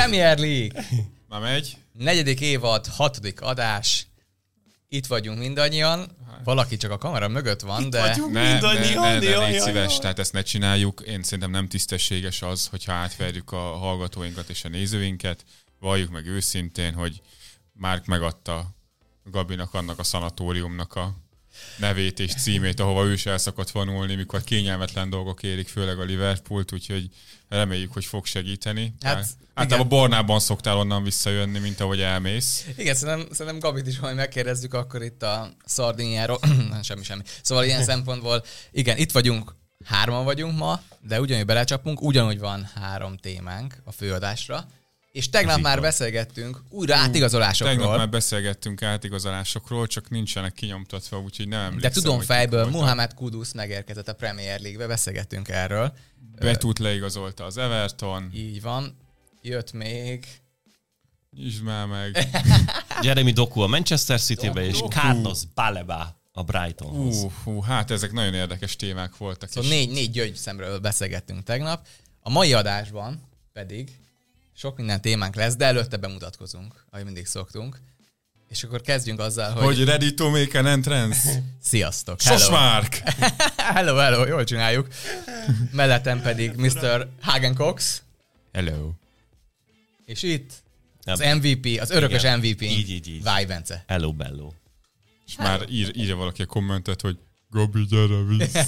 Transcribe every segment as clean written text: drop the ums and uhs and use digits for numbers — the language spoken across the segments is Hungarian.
Premier League. Már megy. 4. évad, 6. adás. Itt vagyunk mindannyian. Valaki csak a kamera mögött van, de... Ne, légy szíves, tehát ezt ne csináljuk. Én szerintem nem tisztességes az, hogyha átverjük a hallgatóinkat és a nézőinket. Valljuk meg őszintén, hogy Márk megadta Gabinak annak a szanatóriumnak a nevét és címét, ahova ő is el szokott vonulni, mikor kényelmetlen dolgok érik, főleg a Liverpoolt, úgyhogy reméljük, hogy fog segíteni. Általában Bornában szoktál onnan visszajönni, mint ahogy elmész. Igen, szerintem Gabit is majd megkérdezzük akkor itt a Szardiniáról. semmi. Szóval ilyen szempontból, igen, itt vagyunk, 3 vagyunk ma, de ugyanúgy belecsapunk, ugyanúgy van 3 témánk a főadásra. És tegnap már beszélgettünk újra átigazolásokról. Tegnap már beszélgettünk átigazolásokról, csak nincsenek kinyomtatva, úgyhogy nem emlékszem. De tudom fejből, Mohamed Kudus megérkezett a Premier League-be, beszélgettünk erről. Betút leigazolta az Everton. Így van. Jött még... Nyisd már meg. Jeremy Doku a Manchester City-be, és Carlos Baleba a Brightonhoz. Hát ezek nagyon érdekes témák voltak. Szóval 4 gyöngyszemről beszélgettünk tegnap. A mai adásban pedig sok minden témánk lesz, de előtte bemutatkozunk, ahogy mindig szoktunk. És akkor kezdjünk azzal, hogy ready to make an entrance? Sziasztok! Sosmárk! Hello, jól csináljuk. Mellettem pedig Mr. Hagen Cox. Hello. És itt az MVP, az örökös MVP. Így. Váj Bence. Hello, bello. És már írja valaki a kommentet, hogy Gabi, gyere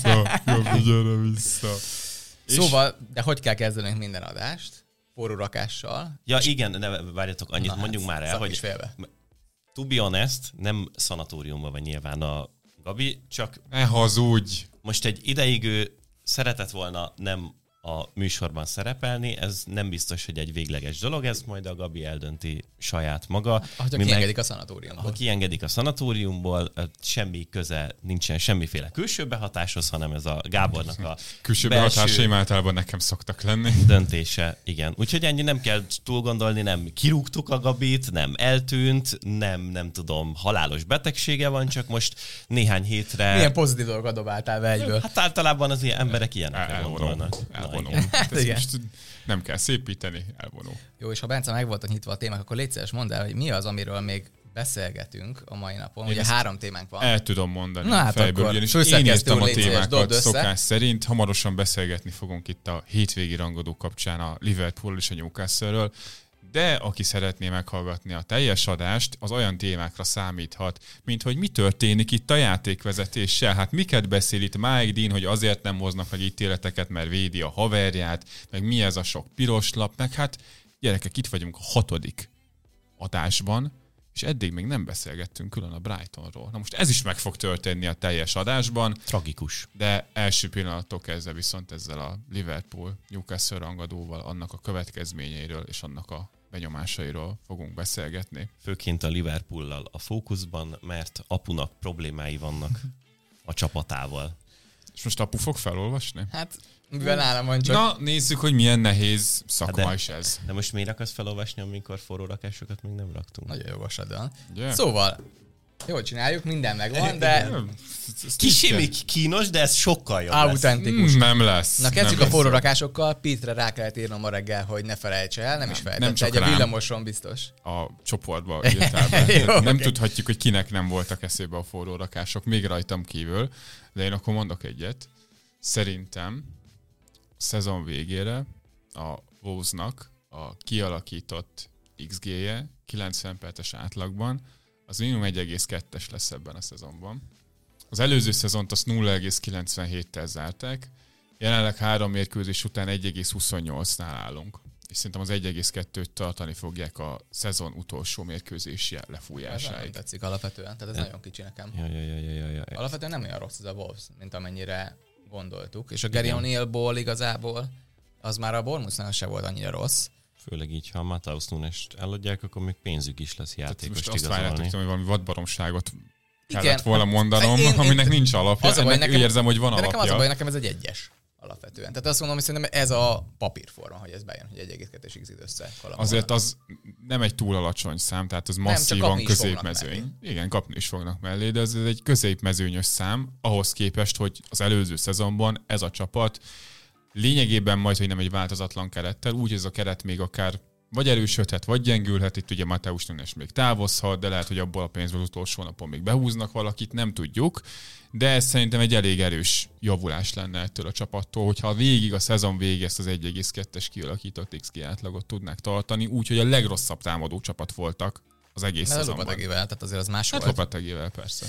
vissza. Szóval, de hogy kell kezdenünk minden adást? Forró rakással. Ja, igen, ne várjatok, annyit mondjunk már el, hogy to be honest, nem szanatóriumban van nyilván a Gabi, csak ne hazudj! Most egy ideig ő szeretett volna nem a műsorban szerepelni, ez nem biztos, hogy egy végleges dolog, ez majd a Gabi eldönti saját maga. Ha kiengedik a szanatóriumból. Ha kiengedik a szanatóriumból, semmi köze nincsen semmiféle külső behatáshoz, hanem ez a Gábornak a külső behatásaim általában nekem szoktak lenni. Döntése, igen. Úgyhogy ennyi, nem kell túl gondolni, nem kirúgtuk a Gabit, nem eltűnt, nem tudom, halálos betegsége van, csak néhány hétre... Milyen pozitív dolgokat dobáltál be egyből? Hát általában az ilyen emberek ilyenekre gondolnak. Nem kell szépíteni, elvonó. Jó, és ha Bence meg voltak nyitva a témák, akkor légy szíves, mondd el, hogy mi az, amiről még beszélgetünk a mai napon. Ugye 3 témánk van. El tudom mondani fejből, ugyanis én írtam a témákat szokás szerint. Hamarosan beszélgetni fogunk itt a hétvégi rangadó kapcsán a Liverpool és a Newcastle-ről. De aki szeretné meghallgatni a teljes adást, az olyan témákra számíthat, mint hogy mi történik itt a játékvezetéssel. Hát miket beszél itt Mike Dean, hogy azért nem hoznak meg ítéleteket, mert védi a haverját, meg mi ez a sok piros lap, meg hát gyerekek, itt vagyunk a 6. adásban, és eddig még nem beszélgettünk külön a Brightonról. Na most ez is meg fog történni a teljes adásban. Tragikus. De első pillanattól kezdve viszont ezzel a Liverpool-Newcastle rangadóval, annak a következményeiről és annak a benyomásairól fogunk beszélgetni. Főként a Liverpoollal a fókuszban, mert apunak problémái vannak a csapatával. És most apu fog felolvasni? Hát, mivel nálam van csak... Na, nézzük, hogy milyen nehéz szakma is ez. De most miért akarsz felolvasni, amikor forró rakásokat még nem raktunk? Nagyon jogosad van. Yeah. Szóval, jól csináljuk, minden megvan, de... Kicsi kínos, de ez sokkal jobb autentikus. Nem lesz. Na, kezdjük a forró rakásokkal. Pétre rá kellett írnom ma reggel, hogy ne felejtse el, nem is felejtette. Egy a villamoson biztos. A csoportba írtál be. Nem tudhatjuk, hogy kinek nem voltak eszébe a forró rakások, még rajtam kívül. De én akkor mondok egyet. Szerintem szezon végére a Wolvesnak a kialakított XG-je 90 perces átlagban az minimum 1,2-es lesz ebben a szezonban. Az előző szezont azt 0,97-tel zárták, jelenleg 3 mérkőzés után 1,28-nál állunk. És szerintem az 1,2-t tartani fogják a szezon utolsó mérkőzési lefújásáig. Nem tetszik alapvetően, tehát ez nagyon kicsi nekem. Ja. Alapvetően nem olyan rossz ez a Wolves, mint amennyire gondoltuk. És a Gary O'Neillból igazából az már a Bournemouth-nál se volt annyira rossz. Főleg így, ha a Matheus Nunes eladják, akkor még pénzük is lesz játékost igazolni. Most azt várjátok, hogy valami vadbaromságot kellett volna mondanom, aminek nincs alapja. Az a baj, nekem, érzem, hogy van alapja. Nekem az a baj, nekem ez egy 1-es alapvetően. Tehát azt mondom, hogy szerintem ez a papírforma, hogy ez bejön, hogy 1,2-es XG össze. Azért az nem egy túl alacsony szám, tehát az masszívan középmezőny. Igen, kapni is fognak mellé, de ez egy középmezőnyös szám, ahhoz képest, hogy az előző szezonban ez a csapat lényegében majd, hogy nem egy változatlan kerettel, úgy ez a keret még akár vagy erősödhet, vagy gyengülhet. Itt ugye Mateusz Nunes még távozhat, de lehet, hogy abból a pénzből az utolsó napon még behúznak valakit, nem tudjuk. De ez szerintem egy elég erős javulás lenne ettől a csapattól, hogyha végig a szezon végig ezt az 1,2-es kialakított XG átlagot tudnák tartani, úgyhogy a legrosszabb támadó csapat voltak az egész szezonban. Lopetegével, tehát azért az más volt. Lopetegével persze.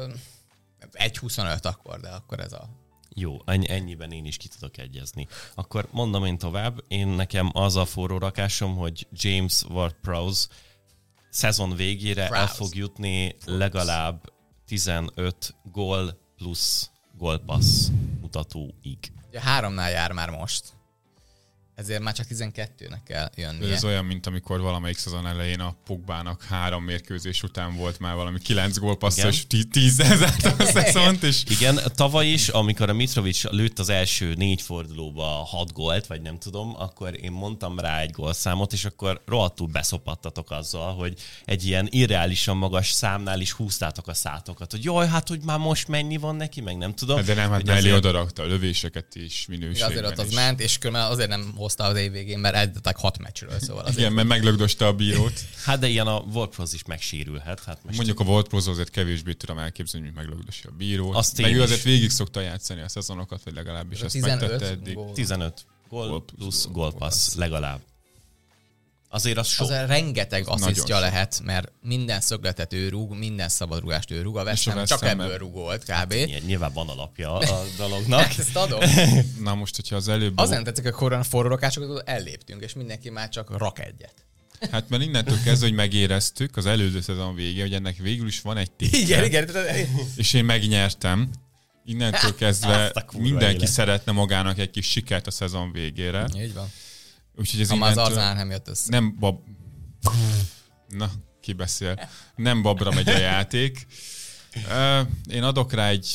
1,25 akkor, de akkor ez a... Jó, ennyiben én is ki tudok egyezni. Akkor mondom én tovább, nekem az a forró rakásom, hogy James Ward-Prowse szezon végére el fog jutni legalább 15 gól plusz gólpassz mutatóig. Ugye 3-nál jár már most. Ezért már csak 12-nek kell jönnie. Ez olyan, mint amikor valamelyik szezon elején a Pogbának 3 mérkőzés után volt már valami 9 gólpasszos, 10-zel zárta a szezont. És... Igen, tavaly is, amikor a Mitrovic lőtt az első 4 fordulóba 6 gólt, vagy nem tudom, akkor én mondtam rá egy gólszámot, és akkor rohadtul beszopattatok azzal, hogy egy ilyen irreálisan magas számnál is húztátok a szátokat, hogy jaj, hát hogy már most mennyi van neki, meg nem tudom. De nem, hát mellé odarakta a lövéseket is, minőségben azért ott az is. ment, és különben azért nem hozta az év végén, mert eddig 6 meccsről, szóval azért. Igen, mert meglögdöste a bírót. Hát de ilyen a Ward-Prowse is megsérülhet. Hát most mondjuk a Ward-Prowse azért kevésbé tudom elképzelni, hogy meglögdösi a bírót. Azt meg ő is. azért végig szokta játszani a szezonokat, vagy legalábbis ezt megtette eddig. 15 gól plusz gólpassz legalább. Azért az sok. Az rengeteg asszisztja sok. lehet, mert minden szögletet ő rúg, minden szabadrúgást ő rúg, a West Ham csak ebből rúgolt kb. Nyilván van alapja a dolognak. Ezt adom. Na most, hogyha az előbb... Az nem tetszik, akkor a forró rakásokat elléptünk, és mindenki már csak rak egyet. Hát mert innentől kezdve, hogy megéreztük az előző szezon vége, hogy ennek végül is van egy tétje. Igen. És én megnyertem. Innentől kezdve mindenki élet. szeretne magának egy kis sikert a szezon végére. Így van. Úgyhogy ez Ha már az innentől... Arsenal nem jött össze. Nem Na, ki beszél. Nem babra megy a játék. Én adok rá egy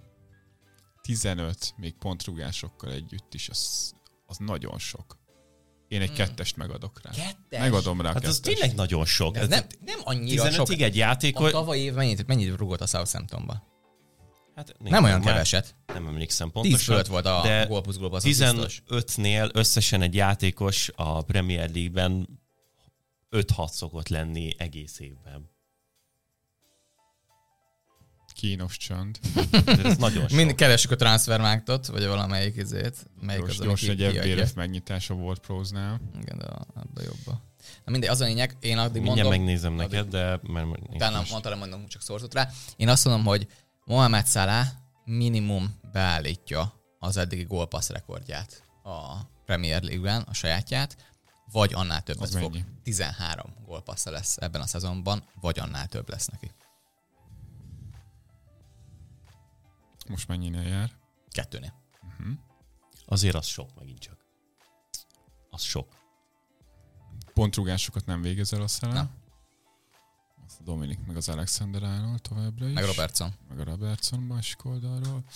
15, még pontrúgásokkal együtt is. Az nagyon sok. Én egy 2-est megadok rá. 2-es? Megadom rá a 2-est. Hát ez tényleg nagyon sok. Ez nem annyira sok. 15-ig egy játékot... A tavaly év mennyit rúgott a Southamptonba? Hát, Nem olyan keveset. Nem emlékszem 10 pontosan. fölött volt a de gól plusz gólpassz, az biztos. 15-nél összesen egy játékos a Premier League-ben 5-6 szokott lenni egész évben. Kínos csönd. Ez nagyon sok. Keressük a transfermarktot, vagy valamelyik izét. Gyors egy FBRF megnyitása volt Prowse-nál. Igen, de abban jobban. Na mindegy, az a lényeg, én addig mindjárt mondom... megnézem neked, de... Utána mondom, csak szorzott rá. Én azt mondom, hogy Mohamed Salah minimum beállítja az eddigi gólpassz rekordját a Premier League-ben, a sajátját, vagy annál többet az fog. mennyi? 13 gólpassza lesz ebben a szezonban, vagy annál több lesz neki. Most mennyinél jár? 2-nél. Azért az sok megint csak. Az sok. Pontrúgásokat nem végezel a Salah? Nem. A Dominik meg az Alexander Arnold továbbra is. Meg Robertson. Meg a Robertson másik oldalról.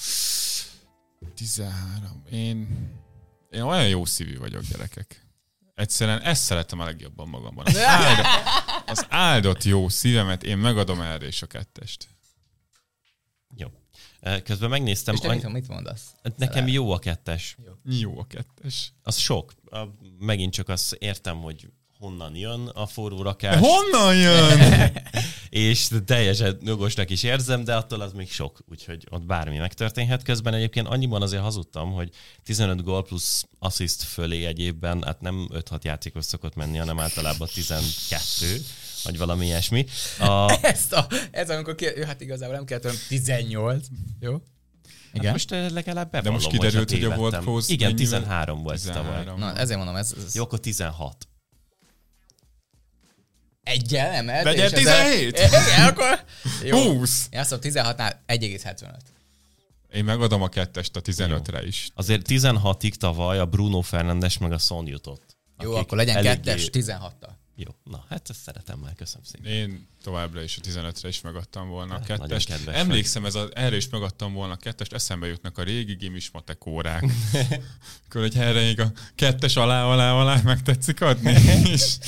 13. Én olyan jó szívű vagyok, gyerekek. Egyszerűen ezt szeretem a legjobban magamban. Az áldott jó szívemet én megadom erre is a 2-est. Jó. Közben megnéztem... És te mit mondasz? Nekem jó a 2-es. Jó a 2-es. Az sok. Megint csak azt értem, hogy honnan jön a forró rakás. Honnan jön? És teljesen jogosnak is érzem, de attól az még sok, úgyhogy ott bármi megtörténhet. Közben egyébként annyiban azért hazudtam, hogy 15 gól plusz assziszt fölé egy évben, hát nem 5-6 játékos szokott menni, hanem általában 12, vagy valami ilyesmi. Ez amikor hát igazából nem kellett, hanem 18. Jó? Igen. Hát most legalább bevallom, de most kiderült, hogy a tévedtem. World Prowse Igen, mennyivel? 13 volt 13. tavaly. Na, ezért mondom, ez... Jó, akkor 16. Egyel emelt? Vegyél 17? Igen, akkor... Jó. 20! Én azt mondom, 16-nál 1,75. Én megadom a 2-est a 15-re is. Azért 16-ig tavaly a Bruno Fernandes meg a Son jutott. Jó, akkor legyen eléggé... 2-es 16-tal. Jó, na hát ezt szeretem már, köszönöm szépen. Én továbbra is a 15-re is megadtam volna a Hát, nagyon 2-est. kedves Emlékszem, erre is megadtam volna a 2-est, eszembe jutnak a régi gimis matek órák. Akkor, hogy erre még a 2-es alá megtetszik adni. És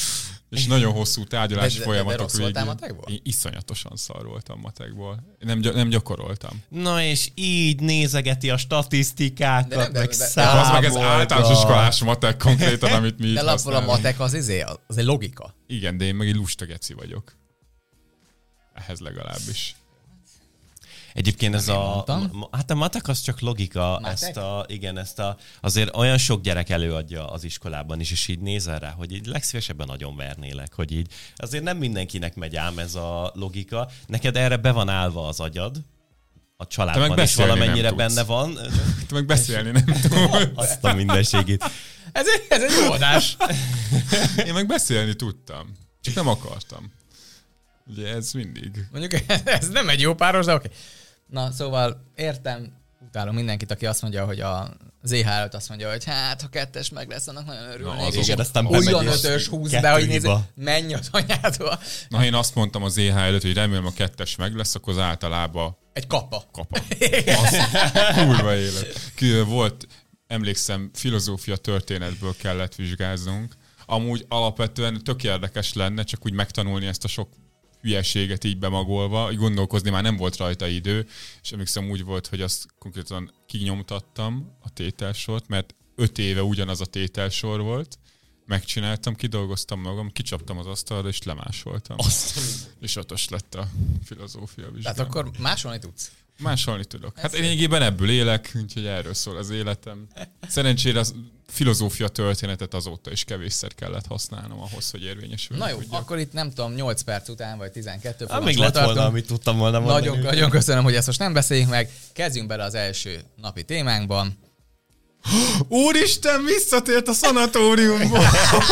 És nagyon hosszú tárgyalási folyamatok végén. De matekból? Én iszonyatosan szar voltam matekból. Nem gyakoroltam. Na és így nézegeti a statisztikákat, meg számolgat. Az meg ez általános iskolás matek konkrétan, amit mi de lapból a matek az egy logika. Igen, de én meg egy lusta geci vagyok. Ehhez legalábbis. Egyébként ez hát a matek az csak logika, azért olyan sok gyerek előadja az iskolában is, és így nézel rá, hogy így legszívesebben nagyon vernélek, hogy így azért nem mindenkinek megy ám ez a logika. Neked erre be van állva az agyad, a családban is valamennyire benne van. Te meg beszélni nem tudsz. Azt a mindenségét. Ez egy jó adás. Én meg beszélni tudtam, csak nem akartam. Ugye ez mindig. Mondjuk ez nem egy jó páros, de oké. Na, szóval értem, utálom mindenkit, aki azt mondja, hogy az EH előtt azt mondja, hogy hát, ha 2-es meg lesz, annak nagyon örülnék. És olyan 5-ös húz be, hogy nézd, menj az anyádba. Na, én azt mondtam az EH előtt, hogy remélem a 2-es meg lesz, akkor az általában egy kapa. Az kurva élet. Volt, emlékszem, filozófia történetből kellett vizsgáznunk. Amúgy alapvetően tök érdekes lenne csak úgy megtanulni ezt a sok hülyeséget így bemagolva, hogy gondolkozni már nem volt rajta idő, és emlékszem úgy volt, hogy azt konkrétan kinyomtattam a tételsort, mert 5 éve ugyanaz a tételsor volt, megcsináltam, kidolgoztam magam, kicsaptam az asztalra, és lemásoltam. És 5-ös lett a filozófia vizsgám. Tehát akkor másolni tudsz? Másolni tudok. Hát én lényegében ebből élek, úgyhogy erről szól az életem. Szerencsére a filozófia történetet azóta is kevésszer kellett használnom ahhoz, hogy érvényesülni. Na jó, tudjak. akkor itt nem tudom, 8 perc után, vagy 12 még lett volna, amit tudtam volna mondani. Nagyon köszönöm, hogy ezt most nem beszéljünk meg. Kezdjünk bele az első napi témánkban. Úristen, visszatért a szanatóriumból!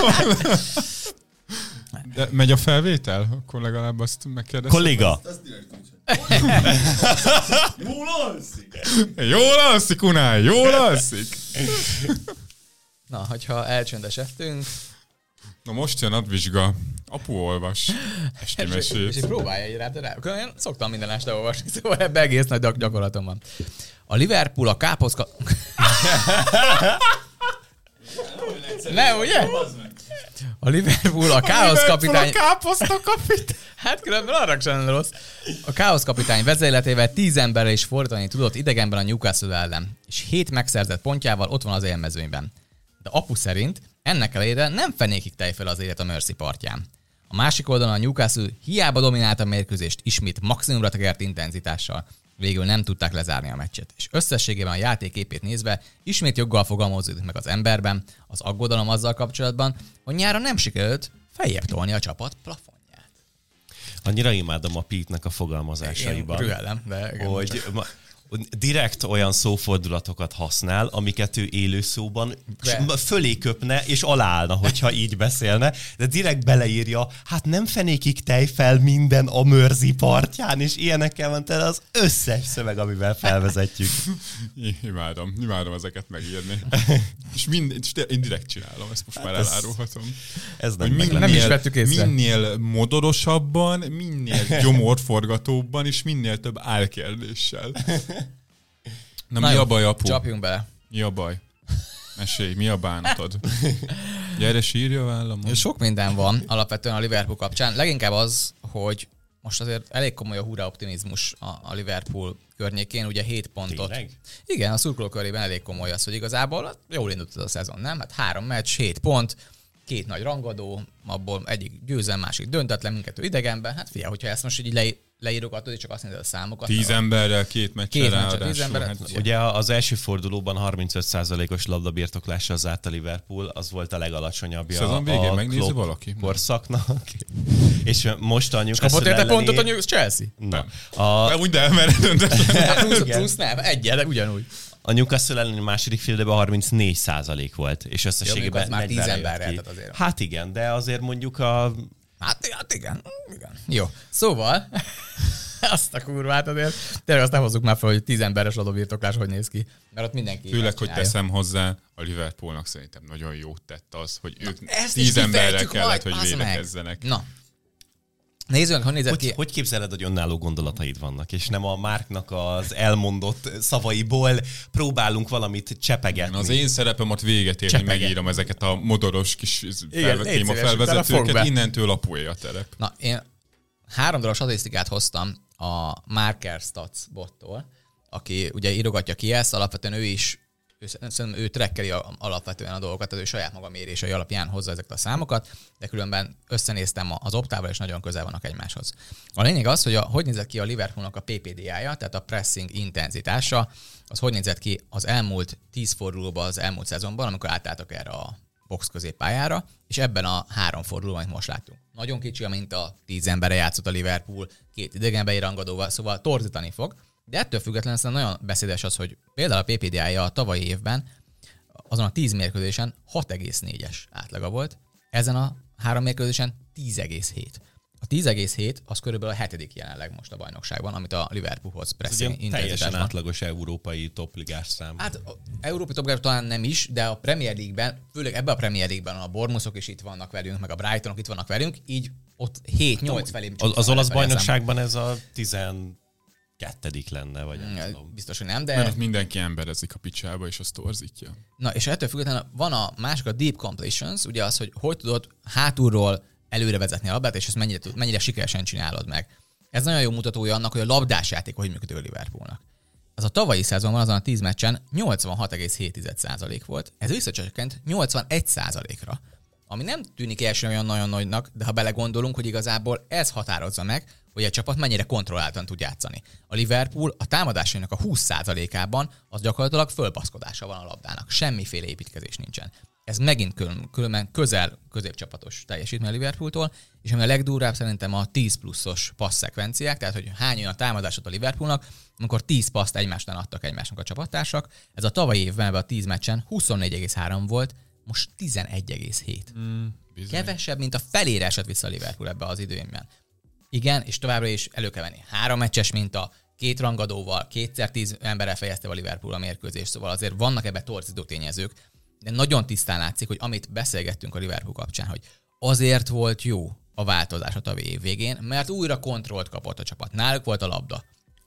De megy a felvétel? Akkor legalább azt megkérdeztem. Kolléga! Jól alszik! Jól alszik, Unál! Jól alszik! Na, hogyha elcsöndesedtünk... Na most jön advizsga. Apu olvas. Esti mesét. És próbálja egy rá, de én szoktam minden este olvasni, szóval ebben egész nagy gyakorlatom van. A Liverpool a káposzka... Nem, ugye? A Liverpool a káosz kapitány... Hát különben arra sem rossz. A káosz kapitány vezérletével 10 emberrel is fordítani tudott idegenben a Newcastle ellen, és 7 megszerzett pontjával ott van az élmezőnyben. De apu szerint ennek ellenére nem fenékig tej fel az élet a Mersey partján. A másik oldalon a Newcastle hiába dominálta a mérkőzést ismét maximumra tekert intenzitással. Végül nem tudták lezárni a meccset, és összességében a játékképét nézve ismét joggal fogalmazódik meg az emberben az aggodalom azzal kapcsolatban, hogy nyáron nem sikerült feljebb tolni a csapat plafonját. Annyira imádom a Pete-nek a fogalmazásaiban. Rüellem, de... Hogy direkt olyan szófordulatokat használ, amiket ő élő szóban fölé köpne és aláállna, hogyha így beszélne, de direkt beleírja, hát nem fenékig tej fel minden a Mersey partján, és ilyenekkel van tele az összes szöveg, amivel felvezetjük. Imádom ezeket megírni. És én direkt csinálom, ezt most már elárulhatom. Ez nem is vettük észre. Minél modorosabban, minél gyomorforgatóbban, és minél több álkérdéssel. Na mi a baj, apu? Csapjunk bele. Mi a baj? Mesélj, mi a bánatod? Gyere, sírja vállam. Sok minden van alapvetően a Liverpool kapcsán. Leginkább az, hogy most azért elég komoly a hurra optimizmus a Liverpool környékén, ugye 7 pontot. Tényleg? Igen, a szurkoló körében elég komoly az, hogy igazából jól indult a szezon, nem? Hát 3 meccs, 7 pont, 2 nagy rangadó, abból egyik győzelem, másik döntetlen, mindkettő idegenben. Hát figyelj, hogyha ezt most így leírogatod, és csak azt nézed a számokat. 10 emberrel, 2 meccsen ráadásul. Hát, ugye az első fordulóban 35%-os labdabirtoklása az a Liverpool, az volt a legalacsonyabbja szezon végén megnézi valaki? Korszaknak. És most a Newcastle kapott érte pontot a Chelsea? Nem. Úgy de elmered döntetlen. Plusz nem, egyel, ugyanúgy. A Newcastle elleni második félidőben 34% volt, és összességében az már 10 emberrel, azért. Hát igen, de azért mondjuk Hát igen. Jó, szóval azt a kurvát azért, tényleg azt nem hozzuk már fel, hogy 10 emberes adóbirtoklás hogy néz ki, mert ott mindenki főleg, hogy teszem hozzá, a Liverpoolnak szerintem nagyon jót tett az, hogy ők 10 emberrel kellett, hogy védekezzenek. Na, Nézzük, hogy nézett ki. Hogy képzeled, hogy önálló gondolataid vannak, és nem a Marknak az elmondott szavaiból próbálunk valamit csepegetni? Az én szerepem ott véget ér, hogy megírom ezeket a modoros kis témafelvezetőket, innentől apué a terep. Na, én 3 darab statisztikát hoztam a Marker Stats bottól, aki ugye írogatja ki ezt, alapvetően ő trekkeli alapvetően a dolgokat, tehát ő saját maga mérései alapján hozza ezeket a számokat, de különben összenéztem az Optával, és nagyon közel vannak egymáshoz. A lényeg az, hogy hogy nézett ki a Liverpoolnak a PPDA-ja, tehát a pressing intenzitása, az hogy nézett ki az elmúlt 10 fordulóban, az elmúlt szezonban, amikor átálltak erre a box középpályára, és ebben a 3 fordulóban, amit most láttunk. Nagyon kicsi a minta, 10 emberre játszott a Liverpool, 2 idegenbeli rangadóval, szóval torzítani fog. De ettől függetlenül nagyon beszédes az, hogy például a PPDA-ja a tavalyi évben azon a 10 mérkőzésen 6,4-es átlaga volt, ezen a 3 mérkőzésen 10,7. A 10,7 az körülbelül a 7. jelenleg most a bajnokságban, amit a Liverpoolhoz pressing intenzitásban. Teljesen átlagos európai topligás szám. Hát európai topligás talán nem is, de a Premier League-ben, főleg ebben a Premier League-ben a Bournemouthok is itt vannak velünk, meg a Brightonok itt vannak velünk, így ott 7-8 felé. Az olasz bajnokságban ez a 12. lenne, vagy biztos, hogy nem, de... Mert mindenki emberezik a picsába, és azt torzítja. Na, és ettől függetlenül van a másik, a deep completions, ugye az, hogy tudod hátulról előre vezetni a labdát, és ezt mennyire sikeresen csinálod meg. Ez nagyon jó mutatója annak, hogy a labdás játék hogy működik a Liverpoolnak. Az a tavalyi szezonban, azon a 10 meccsen 86,7% volt, ez visszacsökkent 81%-ra. Ami nem tűnik elsőre olyan nagyon nagynak, de ha belegondolunk, hogy igazából ez határozza meg, hogy egy csapat mennyire kontrolláltan tud játszani. A Liverpool a támadásainak a 20%-ában az gyakorlatilag fölbaszkodása van a labdának. Semmiféle építkezés nincsen. Ez megint különben középcsapatos teljesítmény a Liverpooltól, és ami a legdurvább szerintem a 10 pluszos passz-szekvenciák, tehát hogy hány olyan támadásot a Liverpoolnak, amikor 10 passzt egymásnál adtak egymásnak a csapattársak. Ez a tavalyi évben a 10 meccsen 24,3 volt, most 11,7. Kevesebb, mint a felére esett vissza a Liverpool ebbe az időmben. Igen, és továbbra is elő kell venni 3 meccses minta, 2 rangadóval, 2x10 emberrel fejezte a Liverpool a mérkőzést, szóval azért vannak ebbe torzító tényezők, de nagyon tisztán látszik, hogy amit beszélgettünk a Liverpool kapcsán, hogy azért volt jó a változás a tavalyi év végén, mert újra kontrollt kapott a csapat. Náluk volt a labda.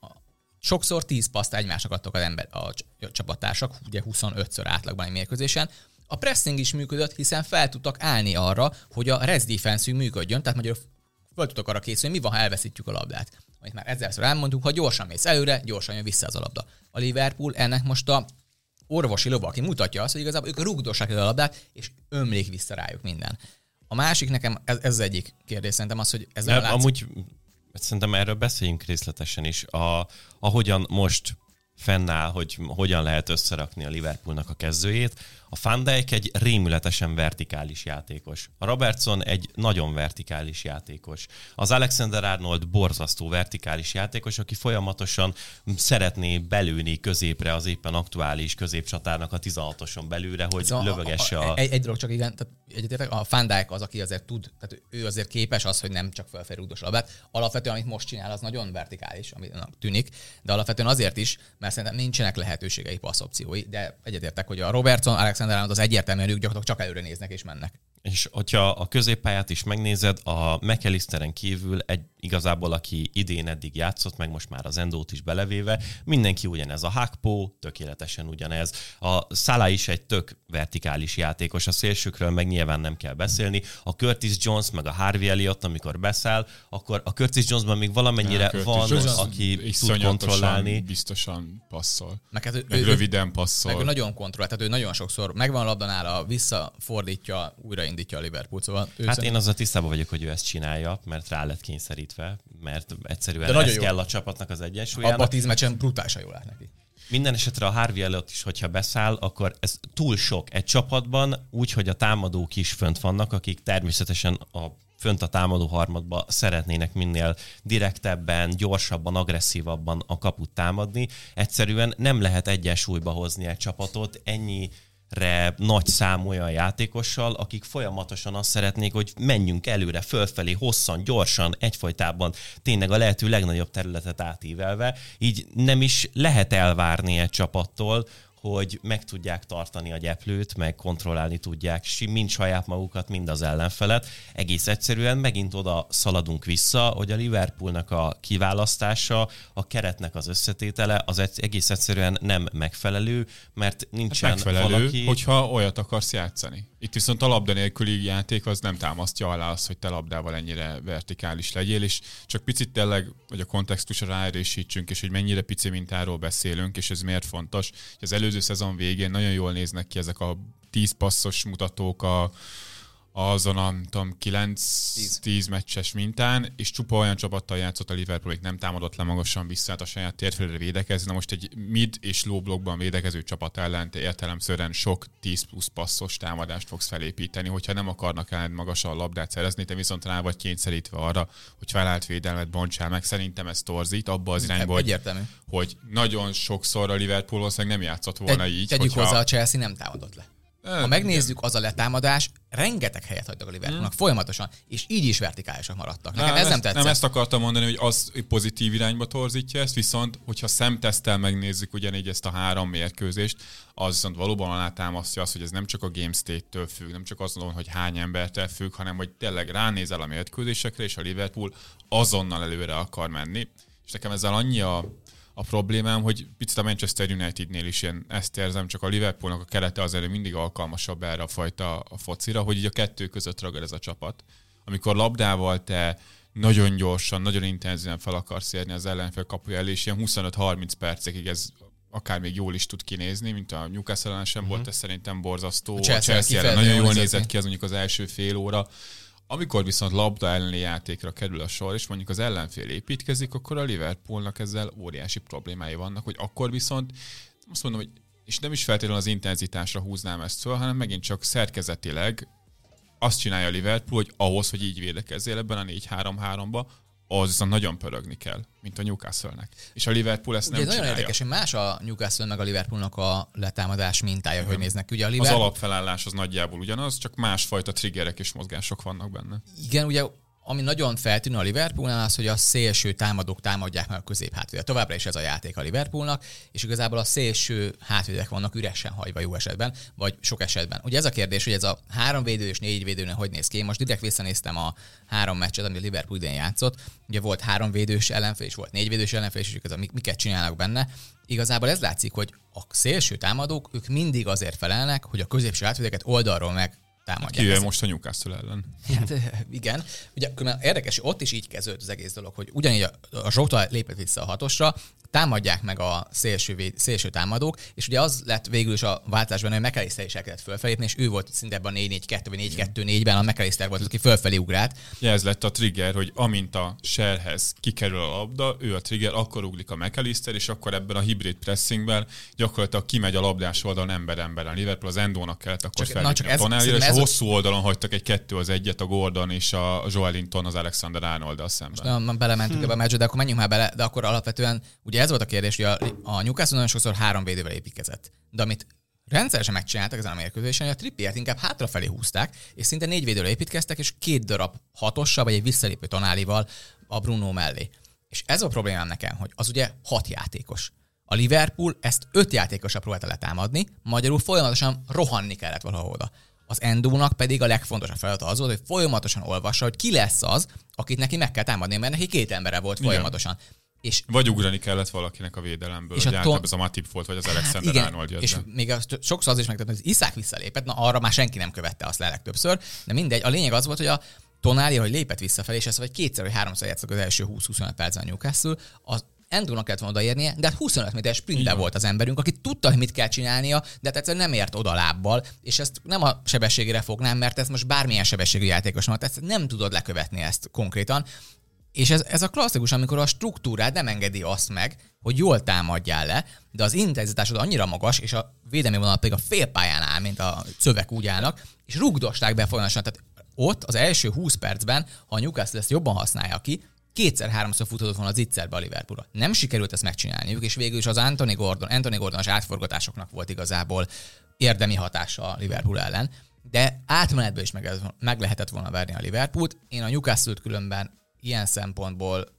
Sokszor 10 paszt egymásnak adtak a csapattársak, ugye 25-ször átlagban egy mérkőzésen. A pressing is működött, hiszen fel tudtak állni arra, hogy a rest defense működjön, tehát magyarul fel tudtak arra készülni, mi van, ha elveszítjük a labdát. Amit már ezerször elmondtunk, ha gyorsan mész előre, gyorsan jön vissza az a labda. A Liverpool ennek most a orvosi lova, aki mutatja azt, hogy igazából ők rugdossák el a labdát, és ömlik vissza rájuk minden. A másik nekem, ez az egyik kérdés szerintem az, hogy ez nem amúgy szerintem erről beszéljünk részletesen is. Ahogyan most fennáll, hogy hogyan lehet összerakni a Liverpoolnak a kezdőjét. A Van Dijk egy rémületesen vertikális játékos. A Robertson egy nagyon vertikális játékos. Az Alexander-Arnold borzasztó vertikális játékos, aki folyamatosan szeretné belőni középre az éppen aktuális középcsatárnak a 16-oson belülre, hogy lövögesse a... Egy dolog csak igen, tehát egyetértek, a Van Dijk az, aki azért tud, tehát ő azért képes az, hogy nem csak felfelé rúgdos a labdát. Alapvetően, amit most csinál, az nagyon vertikális, amit tűnik, de alapvetően azért is, mert szerintem nincsenek lehetőségei, passzopciói, de egyetértek, hogy a Robertson, Alexander-Arnold az egyértelműen ők gyakorlatilag csak előre néznek és mennek. És hogyha a középpályát is megnézed, a McAllisteren kívül igazából, aki idén eddig játszott, meg most már az Endót is belevéve, mindenki ugyanez. A Hakpo tökéletesen ugyanez. A Salah is egy tök vertikális játékos, a szélsőkről meg nyilván nem kell beszélni. A Curtis Jones meg a Harvey Elliott, amikor beszáll, akkor a Curtis Jonesban még valamennyire van, aki tud kontrollálni. Biztosan passzol. Meg röviden passzol. Meg ő nagyon kontroll, tehát ő nagyon sokszor megvan a labdanál, visszafordítja, újraindítja a Liverpool. Szóval én azzal tisztában vagyok, hogy ő ezt csinálja, mert rá lett kényszerítve, mert egyszerűen ez kell a csapatnak az egyensúlyának. Abban a 10 meccsen brutálisan jól állt neki. Minden esetre a Harvey Elliott is, hogyha beszáll, akkor ez túl sok egy csapatban, úgy, hogy a támadók is fönt vannak, akik természetesen fönt a támadó harmadba szeretnének minél direktebben, gyorsabban, agresszívabban a kaput támadni. Egyszerűen nem lehet egyensúlyba hozni egy csapatot ennyire nagy számú olyan játékossal, akik folyamatosan azt szeretnék, hogy menjünk előre, fölfelé, hosszan, gyorsan, egyfolytában tényleg a lehető legnagyobb területet átívelve. Így nem is lehet elvárni egy csapattól, hogy meg tudják tartani a gyeplőt, meg kontrollálni tudják mind saját magukat, mind az ellenfelet. Egész egyszerűen megint oda szaladunk vissza, hogy a Liverpoolnak a kiválasztása, a keretnek az összetétele az egész egyszerűen nem megfelelő, mert nincsen megfelelő, valaki... hogyha olyat akarsz játszani. Itt viszont a labda nélküli játék az nem támasztja alá azt, hogy te labdával ennyire vertikális legyél, és csak picit tényleg, hogy a kontextusra ráerősítsünk, és hogy mennyire pici mintáról beszélünk, és ez miért fontos. Az előző szezon végén nagyon jól néznek ki ezek a 10 passzos mutatók azon a 9-10 meccses mintán, és csupa olyan csapattal játszott a Liverpool, hogy nem támadott le magasan vissza, a saját térfelére védekezni. Na most egy mid és low blokkban védekező csapat ellen te értelemszerűen sok 10 plusz passzos támadást fogsz felépíteni, hogyha nem akarnak ellent magasan a labdát szerezni, te viszont rá vagy kényszerítve arra, hogy felállt védelmet bontsál meg. Szerintem ez torzít abba az irányba, hogy nagyon sokszor a Liverpool valószínűleg nem játszott volna így. Tegyük hozzá, a Chelsea nem támadott le. Ha megnézzük, az a letámadás, rengeteg helyet hagytak a Liverpoolnak folyamatosan, és így is vertikálisak maradtak. Nekem ez nem tetszett. Nem ezt akartam mondani, hogy az pozitív irányba torzítja ezt, viszont hogyha szemteszttel megnézzük ugyanígy ezt a 3 mérkőzést, az viszont valóban alátámasztja azt, hogy ez nem csak a game state-től függ, nem csak azon, hogy hány embertől függ, hanem hogy tényleg ránézel a mérkőzésekre, és a Liverpool azonnal előre akar menni. És nekem ezzel annyi a problémám, hogy picit a Manchester Unitednél is én ezt érzem, csak a Liverpoolnak a kerete azért mindig alkalmasabb erre a fajta focira, hogy így a kettő között ragad ez a csapat. Amikor labdával te nagyon gyorsan, nagyon intenzíven fel akarsz érni az ellenfél kapuja elé, és ilyen 25-30 percekig ez akár még jól is tud kinézni, mint a Newcastle ellen sem volt, ez szerintem borzasztó. A Chelsea ellen nagyon jól nézett ki az mondjuk az első fél óra. Amikor viszont labda elleni játékra kerül a sor, és mondjuk az ellenfél építkezik, akkor a Liverpoolnak ezzel óriási problémái vannak, hogy akkor viszont azt mondom, hogy és nem is feltétlenül az intenzitásra húznám ezt föl, hanem megint csak szerkezetileg azt csinálja a Liverpool, hogy ahhoz, hogy így védekezzél ebben a 4-3-3-ba, az viszont nagyon pörögni kell, mint a Newcastle-nek. És a Liverpool ezt nem csinálja. Nagyon érdekes, hogy más a Newcastle meg a Liverpoolnak a letámadás mintája, hogy néznek. Ugye az alapfelállás az nagyjából ugyanaz, csak másfajta triggerek és mozgások vannak benne. Igen, ugye ami nagyon feltűnő a Liverpoolnál az, hogy a szélső támadók támadják meg a középhátvédet. Továbbra is ez a játék a Liverpoolnak, és igazából a szélső hátvédek vannak üresen hagyva jó esetben, vagy sok esetben. Ugye ez a kérdés, hogy ez a 3 védő és 4 védőnél hogy néz ki. Én most direkt visszanéztem a 3 meccset, amit a Liverpool idén játszott. Ugye volt 3 védős ellenfél, és volt 4 védős ellenfél, és miket csinálnak benne. Igazából ez látszik, hogy a szélső támadók, ők mindig azért felelnek, hogy a középső hátvédeket oldalról meg támadják. Kivel most a Newcastle ellen. Hát, igen. Ugye érdekes, ott is így kezdődött az egész dolog, hogy ugyanígy a Zsota lépett vissza a 6-osra, támadják meg a szélső támadók, és ugye az lett végül is a váltásban, hogy McAllister is elkezdett fölfelépni, és ő volt szinte ebben a 4-4-2 vagy 4-2-4-ben, a McAllister volt, aki fölfelé ugrált. Ja, ez lett a trigger, hogy amint a Sherhez kikerül a labda, ő a trigger, akkor uglik a McAllister, és akkor ebben a hibrid pressingben gyakorlatilag kimegy a labdás oldalon ember-ember. A Liverpool az Endónak kellett akkor felépni a Tonálira, és a hosszú oldalon hagytak egy 2-1 a Gordon és a Joelinton az Alexander Arnold-dal szemben. Most belementünk ebbe a meccsbe, de akkor menjünk már bele, de akkor alapvetően ugye ez volt a kérdés, hogy a Newcastle nagyon sokszor 3 védővel építkezett. De amit rendszeresen megcsináltak ezen a mérkőzésen, hogy a Trippiert inkább hátrafelé húzták, és szinte 4 védőre építkeztek, és 2 darab 6-ossal, vagy egy visszalépő Tonálival a Bruno mellé. És ez a problémám nekem, hogy az ugye 6 játékos. A Liverpool ezt 5 játékosra próbálta letámadni, magyarul folyamatosan rohanni kellett valahol oda. Az Endónak pedig a legfontosabb feladata az volt, hogy folyamatosan olvassa, hogy ki lesz az, akit neki meg kell támadni, mert neki 2 embere volt folyamatosan. És vagy ugrani kellett valakinek a védelemből, hogy általában ez a Matip volt, vagy az Alexander Arnold jött. És még sokszor az is megtett, hogy az Iszák visszalépett, na arra már senki nem követte azt le legtöbbször, de mindegy. A lényeg az volt, hogy a Tonali, hogy lépett visszafelé, és ez vagy 2 vagy 3-szor játszott az első 20-25 percben a Newcastle, az Endónak kellett volna odaérnie, de hát 25 méteres sprintben volt az emberünk, aki tudta, hogy mit kell csinálnia, de hát egyszerűen nem ért oda lábbal, és ezt nem a sebességére fognám, mert ez most bármilyen sebességű játékos van, tehát nem tudod lekövetni ezt konkrétan. És ez a klasszikus, amikor a struktúrád nem engedi azt meg, hogy jól támadjál le, de az intenzitásod annyira magas, és a védelmi vonal pedig a félpályán áll, mint a szöveg úgy állnak, és rugdosták be folyamatosan. Tehát ott az első 20 percben, ha a Newcastle ezt jobban használja ki, 2-3-szor futott volna az Itzerbe a Liverpoolra. Nem sikerült ezt megcsinálniuk, és végül is az Anthony Gordon-os átforgatásoknak volt igazából érdemi hatása a Liverpool ellen, de átmenetből is meg lehetett volna verni a Liverpoolt. Én a Newcastle-t különben ilyen szempontból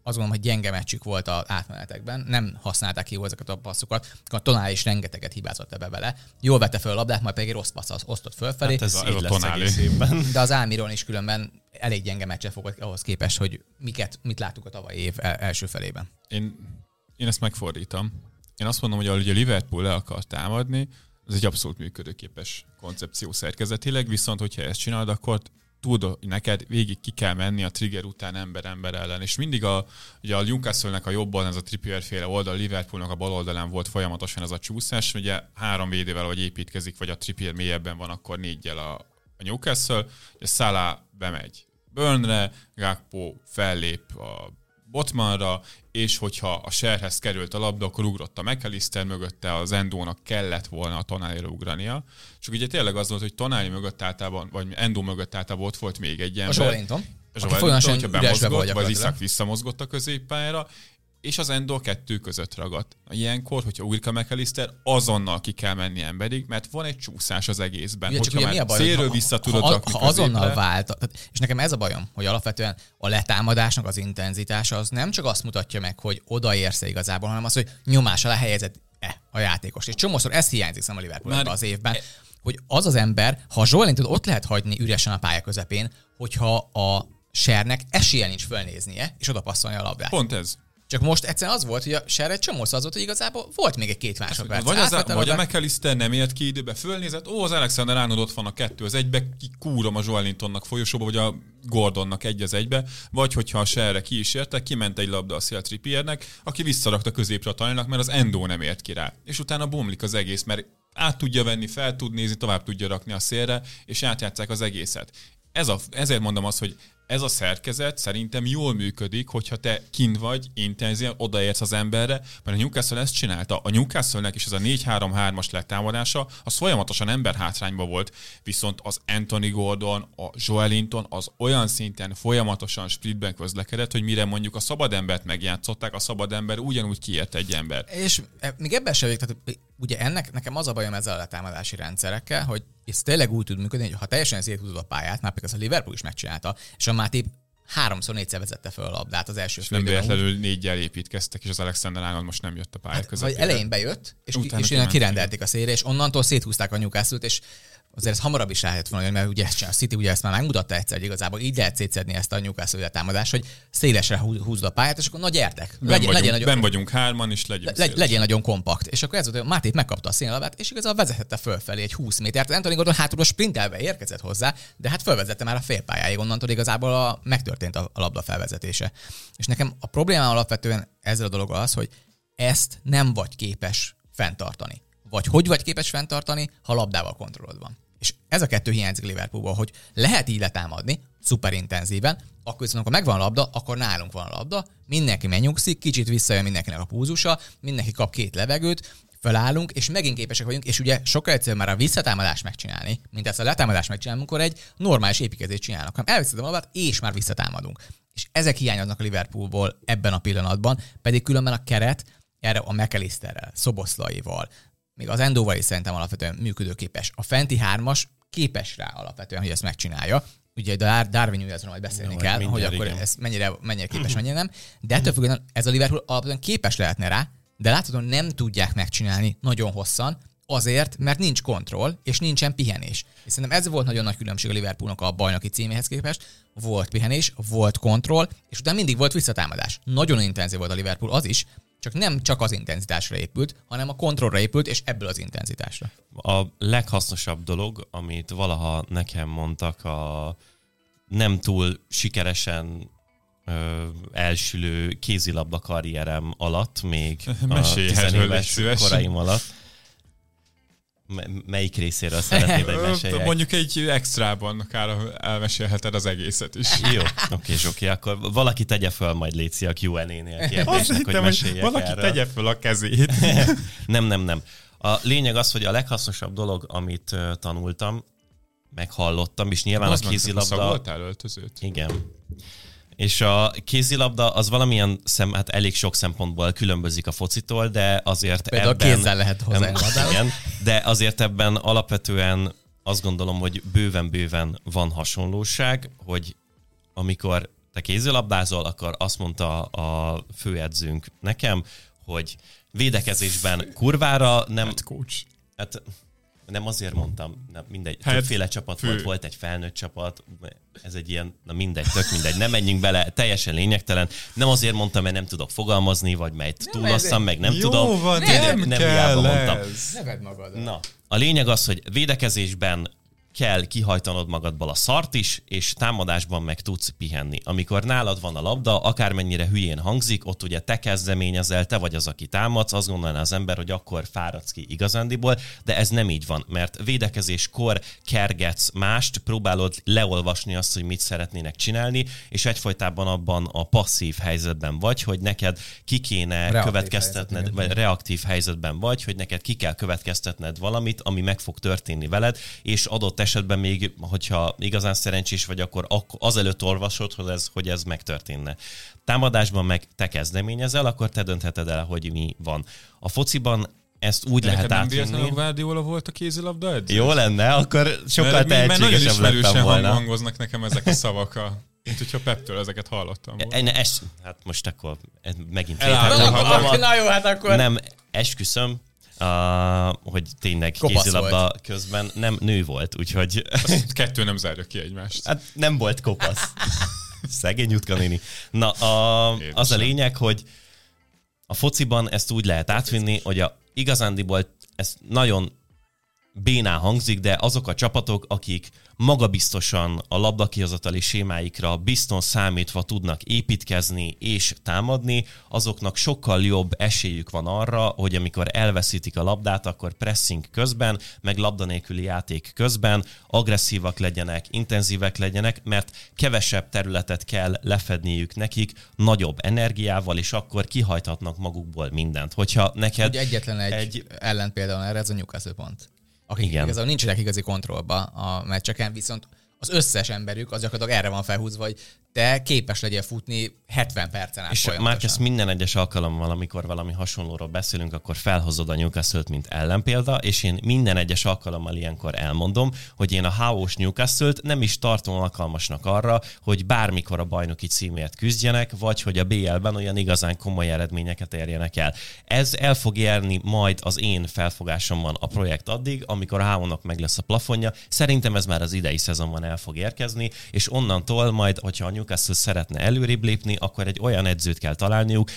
azt gondolom, hogy gyenge meccsük volt az átmenetekben, nem használták ki ezeket a passzokat, a Tonali is rengeteget hibázott ebbe bele. Jól vette föl a labdát, majd pedig rossz passz osztott fölfelé. Hát ez a Tonali. De az Almiron is különben elég gyenge meccse fogott ahhoz képest, hogy mit láttuk a tavalyi év első felében. Én ezt megfordítom. Én azt mondom, hogy ahogy a Liverpool le akar támadni, ez egy abszolút működőképes koncepció szerkezetileg, viszont hogyha ezt csinálod, akkor tudod, neked végig ki kell menni a trigger után ember ellen. És mindig ugye a Newcastle-nek a jobb oldalon, ez a Trippier féle oldal, Liverpoolnak a bal oldalán volt folyamatosan ez a csúszás, ugye 3 védővel, vagy építkezik, vagy a Trippier mélyebben van, akkor 4-jel a Newcastle, ugye Salah bemegy Burnre, Gakpo fellép a Botmanra, és hogyha a Sherhez került a labda, akkor ugrott a McAllister mögötte, az Endónak kellett volna a Tonalira ugrania. Csak ugye tényleg az volt, hogy Tonali mögött általában, vagy Endó mögött általában ott volt még egy ember. A Joelinton. Hogyha bemozgott, vagy Isak visszamozgott a középpályára, és az Endó 2 között ragadt. Ilyenkor, hogyha ugrik a McAllister, azonnal ki kell menni emberig, mert van egy csúszás az egészben. Ugye, hogyha már szélről vissza tudod rakni ha azonnal vált, és nekem ez a bajom, hogy alapvetően a letámadásnak az intenzitása az nem csak azt mutatja meg, hogy odaérsz igazából, hanem az, hogy nyomás alá helyezed a játékost. És csomószor ez hiányzik a Liverpoolban az évben, hogy az az ember, ha a Joelinton ott lehet hagyni üresen a pálya közepén, hogyha a Shernek esélye nincs fölnéznie, és oda passzolni a labdát. Pont ez. Csak most egyszerűen az volt, hogy a Sher egy csomószor az volt, hogy igazából volt még egy 2 másodperc. Vagy a McAllister nem ért ki időbe, fölnézett, az Alexander Arnold ott van a 2-1-be, kikúrom a Joelintonnak folyosóba, vagy a Gordonnak 1-1-be, vagy hogyha a Sherre ki is értek, kiment egy labda a szél Trippiernek, aki visszarakta középre a Talinak, mert az Endo nem ért ki rá. És utána bomlik az egész, mert át tudja venni, fel tud nézni, tovább tudja rakni a szélre, és átjátsszák az egészet. Ezért mondom azt, hogy ez a szerkezet szerintem jól működik, hogyha te kint vagy, intenzíven odaérsz az emberre, mert a Newcastle ezt csinálta. A Newcastle-nek is ez a 4-3-3-as letámadása, az folyamatosan emberhátrányba volt, viszont az Anthony Gordon, a Joelinton az olyan szinten folyamatosan splitben közlekedett, hogy mire mondjuk a szabad embert megjátszották, a szabad ember ugyanúgy kiért egy ember. És még ebben sem végig, tehát ugye nekem az a bajom ezzel a letámadási rendszerekkel, hogy ez tényleg úgy tud működni, hogy ha teljesen széthúzod a pályát, már pedig az a Liverpool is megcsinálta, és a Matip 3-4-szer vezette fel a labdát az első fél időben. És nem véletlenül 4-jel építkeztek, és az Alexander Arnold most nem jött a pálya közepére. Vagy elején bejött, és innen kirendelték a szélre, és onnantól széthúzták a Newcastle-t, és azért ez hamarabb is lehet volna, mert ugye a City ugye ezt már megmutatta egyszer, hogy igazából így lehet szétszedni ezt a Newcastle támadást, hogy szélesre húzd a pályát, és akkor na gyertek. Ben vagyunk 3-an, és legyen nagyon kompakt. És akkor ez volt, hogy Matip megkapta a szélnabát, és igazából vezetette fölfelé egy 20 métert. Anthony Gordon hátulról sprintelve érkezett hozzá, de hát fölvezette már a félpályáig, onnantól igazából megtörtént a labda felvezetése. És nekem a problémám alapvetően ezzel a dologgal az, hogy ezt nem vagy képes fenntartani. Vagy vagy képes fenntartani, ha labdával kontrollod van. És ez a 2 hiányzik Liverpoolból, hogy lehet így letámadni, szuper intenzíven, akkor viszont, amikor megvan a labda, akkor nálunk van a labda, mindenki megnyugszik, kicsit visszajön mindenkinek a púzusa, mindenki kap 2 levegőt, felállunk, és megint képesek vagyunk, és ugye sokkal egyszerűbb már a visszatámadást megcsinálni, mint ezt a letámadást megcsinálunk, amikor egy normális építkezést csinálnak, hanem elviszed a labdát, és már visszatámadunk. És ezek hiányoznak a Liverpoolból ebben a pillanatban, pedig különben a keret erre a McAllisterrel, Szoboszlaival, még az Endóval is szerintem alapvetően működőképes. A fenti 3-as képes rá alapvetően, hogy ezt megcsinálja. Ugye Darwin Núñezről majd beszélni kell, hogy akkor ez mennyire képes, mennyire nem. De ettől függően ez a Liverpool alapvetően képes lehetne rá, de láthatóan nem tudják megcsinálni nagyon hosszan, azért, mert nincs kontroll, és nincsen pihenés. És szerintem ez volt nagyon nagy különbség a Liverpoolnak a bajnoki címéhez képest. Volt pihenés, volt kontroll, és utána mindig volt visszatámadás. Nagyon intenzív volt a Liverpool az is, csak nem csak az intenzitásra épült, hanem a kontrollra épült, és ebből az intenzitásra. A leghasznosabb dolog, amit valaha nekem mondtak a nem túl sikeresen elsülő kézilabda karrierem alatt, még a 10 éves koraim alatt. Melyik részéről szeretnéd egy meséljek? Mondjuk egy extrában akár elmesélheted az egészet is. Jó, oké, akkor valaki tegye föl majd létszi a Q&A-nél kérdésnek, hogy meséljek valaki erről. tegye föl a kezét. Nem. A lényeg az, hogy a leghasznosabb dolog, amit tanultam, meghallottam, és nyilván a kézilabda... Voltál öltözőt? Igen. És a kézilabda az valamilyen hát elég sok szempontból különbözik a focitól, de azért például ebben... Például kézzel lehet hozzá. Igen, de azért ebben alapvetően azt gondolom, hogy bőven van hasonlóság, hogy amikor te kézilabdázol, akkor azt mondta a főedzőnk nekem, hogy védekezésben kurvára nem... Hát nem azért mondtam, mindegy, többféle csapat volt egy felnőtt csapat, ez egy ilyen, tök mindegy, nem menjünk bele, teljesen lényegtelen. Nem azért mondtam, mert nem tudok fogalmazni, vagy mert túlosszam, meg nem tudom. Jó van, nem kell mondtam. Neved magad. Na, a lényeg az, hogy védekezésben kell kihajtanod magadból a szart is, és támadásban meg tudsz pihenni. Amikor nálad van a labda, akármennyire hülyén hangzik, ott ugye te kezdeményezel, te vagy az, aki támadsz, azt gondolná az ember, hogy akkor fáradsz ki igazándiból, de ez nem így van, mert védekezéskor kergetsz mást, próbálod leolvasni azt, hogy mit szeretnének csinálni, és egyfolytában abban a passzív helyzetben vagy, hogy neked ki kéne következtetned, vagy reaktív helyzetben vagy, hogy neked ki kell következtetned valamit, ami meg fog történni veled, és adott esetben még, hogyha igazán szerencsés vagy, akkor azelőtt olvasod, hogy ez megtörténne. Támadásban meg te kezdeményezel, akkor te döntheted el, hogy mi van. A fociban ezt úgy lehet átvinni. Nem véletlenül Guardiola volt a kézilabda edző? Jó lenne, akkor sokkal tehetségesebb lettem volna. Hangoznak nekem ezek a szavak, mint hogyha Peptől ezeket hallottam volna. Hát most akkor megint... Na jó, hát akkor... Nem, esküszöm, hogy tényleg kopasz kézilabda volt. közben nem nő volt, úgyhogy... Azt kettő nem zárja ki egymást. Hát nem volt kopasz. Szegény Jutka néni. Na, az a lényeg, hogy a fociban ezt úgy lehet átvinni, hogy igazándiból ez nagyon bénán hangzik, de azok a csapatok, akik magabiztosan a labdakihozatali sémáikra bizton számítva tudnak építkezni és támadni, azoknak sokkal jobb esélyük van arra, hogy amikor elveszítik a labdát, akkor pressing közben, meg labda nélküli játék közben agresszívak legyenek, intenzívek legyenek, mert kevesebb területet kell lefedniük nekik, nagyobb energiával, és akkor kihajthatnak magukból mindent. Hogyha neked... Ugye egyetlen egy ellenpélda erre, ez a Newcastle pont. Akik igazából nincsenek igazi kontrollba a meccseken, viszont az összes emberük az gyakorlatilag erre van felhúzva, hogy te képes legyél futni 70 percen át. És már ezt minden egyes alkalommal, amikor valami hasonlóról beszélünk, akkor felhozod a Newcastle-t, mint ellenpélda, és én minden egyes alkalommal ilyenkor elmondom, hogy én a HO-s Newcastle-t nem is tartom alkalmasnak arra, hogy bármikor a bajnoki címért küzdjenek, vagy hogy a BL-ben olyan igazán komoly eredményeket érjenek el. Ez el fog érni majd az én felfogásomban a projekt addig, amikor a HO-nak meg lesz a plafonja. Szerintem ez már az idei szezonban el fog érkezni, és onnantól majd, hogyha a Newcastle szeretne előrébb lépni, akkor egy olyan edzőt kell találniuk,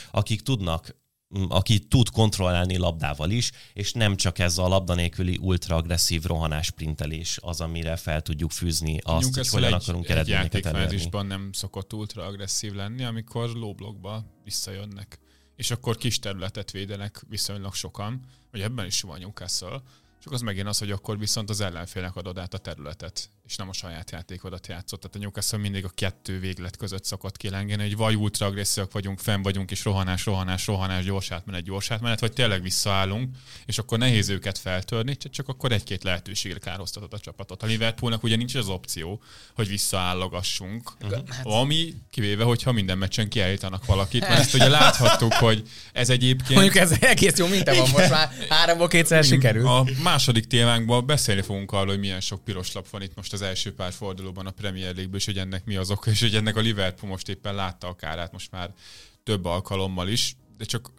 aki tud kontrollálni labdával is, és nem csak ez a labda nélküli ultra-agresszív rohanás sprintelés az, amire fel tudjuk fűzni azt, hogy hogyan akarunk eredményeket elérni. Játékfázisban nem szokott ultra-agresszív lenni, amikor low-blockba visszajönnek, és akkor kis területet védenek viszonylag sokan, vagy ebben is van Newcastle, csak az megint az, hogy akkor viszont az ellenfélnek adod át a területet, és nem a saját játékodat játszott. Tehát a Newcastle mindig a kettő véglet között szokott kilengeni, hogy vagy ultra agresszívak vagyunk, fenn vagyunk, és rohanás, gyors átmenet, vagy tényleg visszaállunk, és akkor nehéz őket feltörni, csak akkor egy-két lehetőségre kárhoztatod a csapatot. A Liverpoolnak ugye nincs az opció, hogy visszaállogassunk, ami kivéve, hogyha minden meccsen kiállítanak valakit, mert ezt ugye láthattuk, hogy ez egyébként... Mondjuk ez egész jó minta van most már, 3-ból 2-szer sikerül. A második témánkban beszélni fogunk arról, hogy milyen sok piros lap van itt most az első pár fordulóban a Premier League-ből, és hogy ennek mi az oka, és hogy ennek a Liverpool most éppen látta a kárát most már több alkalommal is, de csak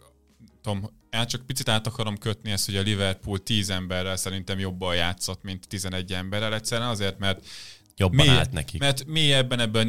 picit át akarom kötni ezt, hogy a Liverpool 10 emberrel szerintem jobban játszott, mint 11 emberrel egyszerűen, azért, mert jobban állt nekik. Mert mélyebben ebben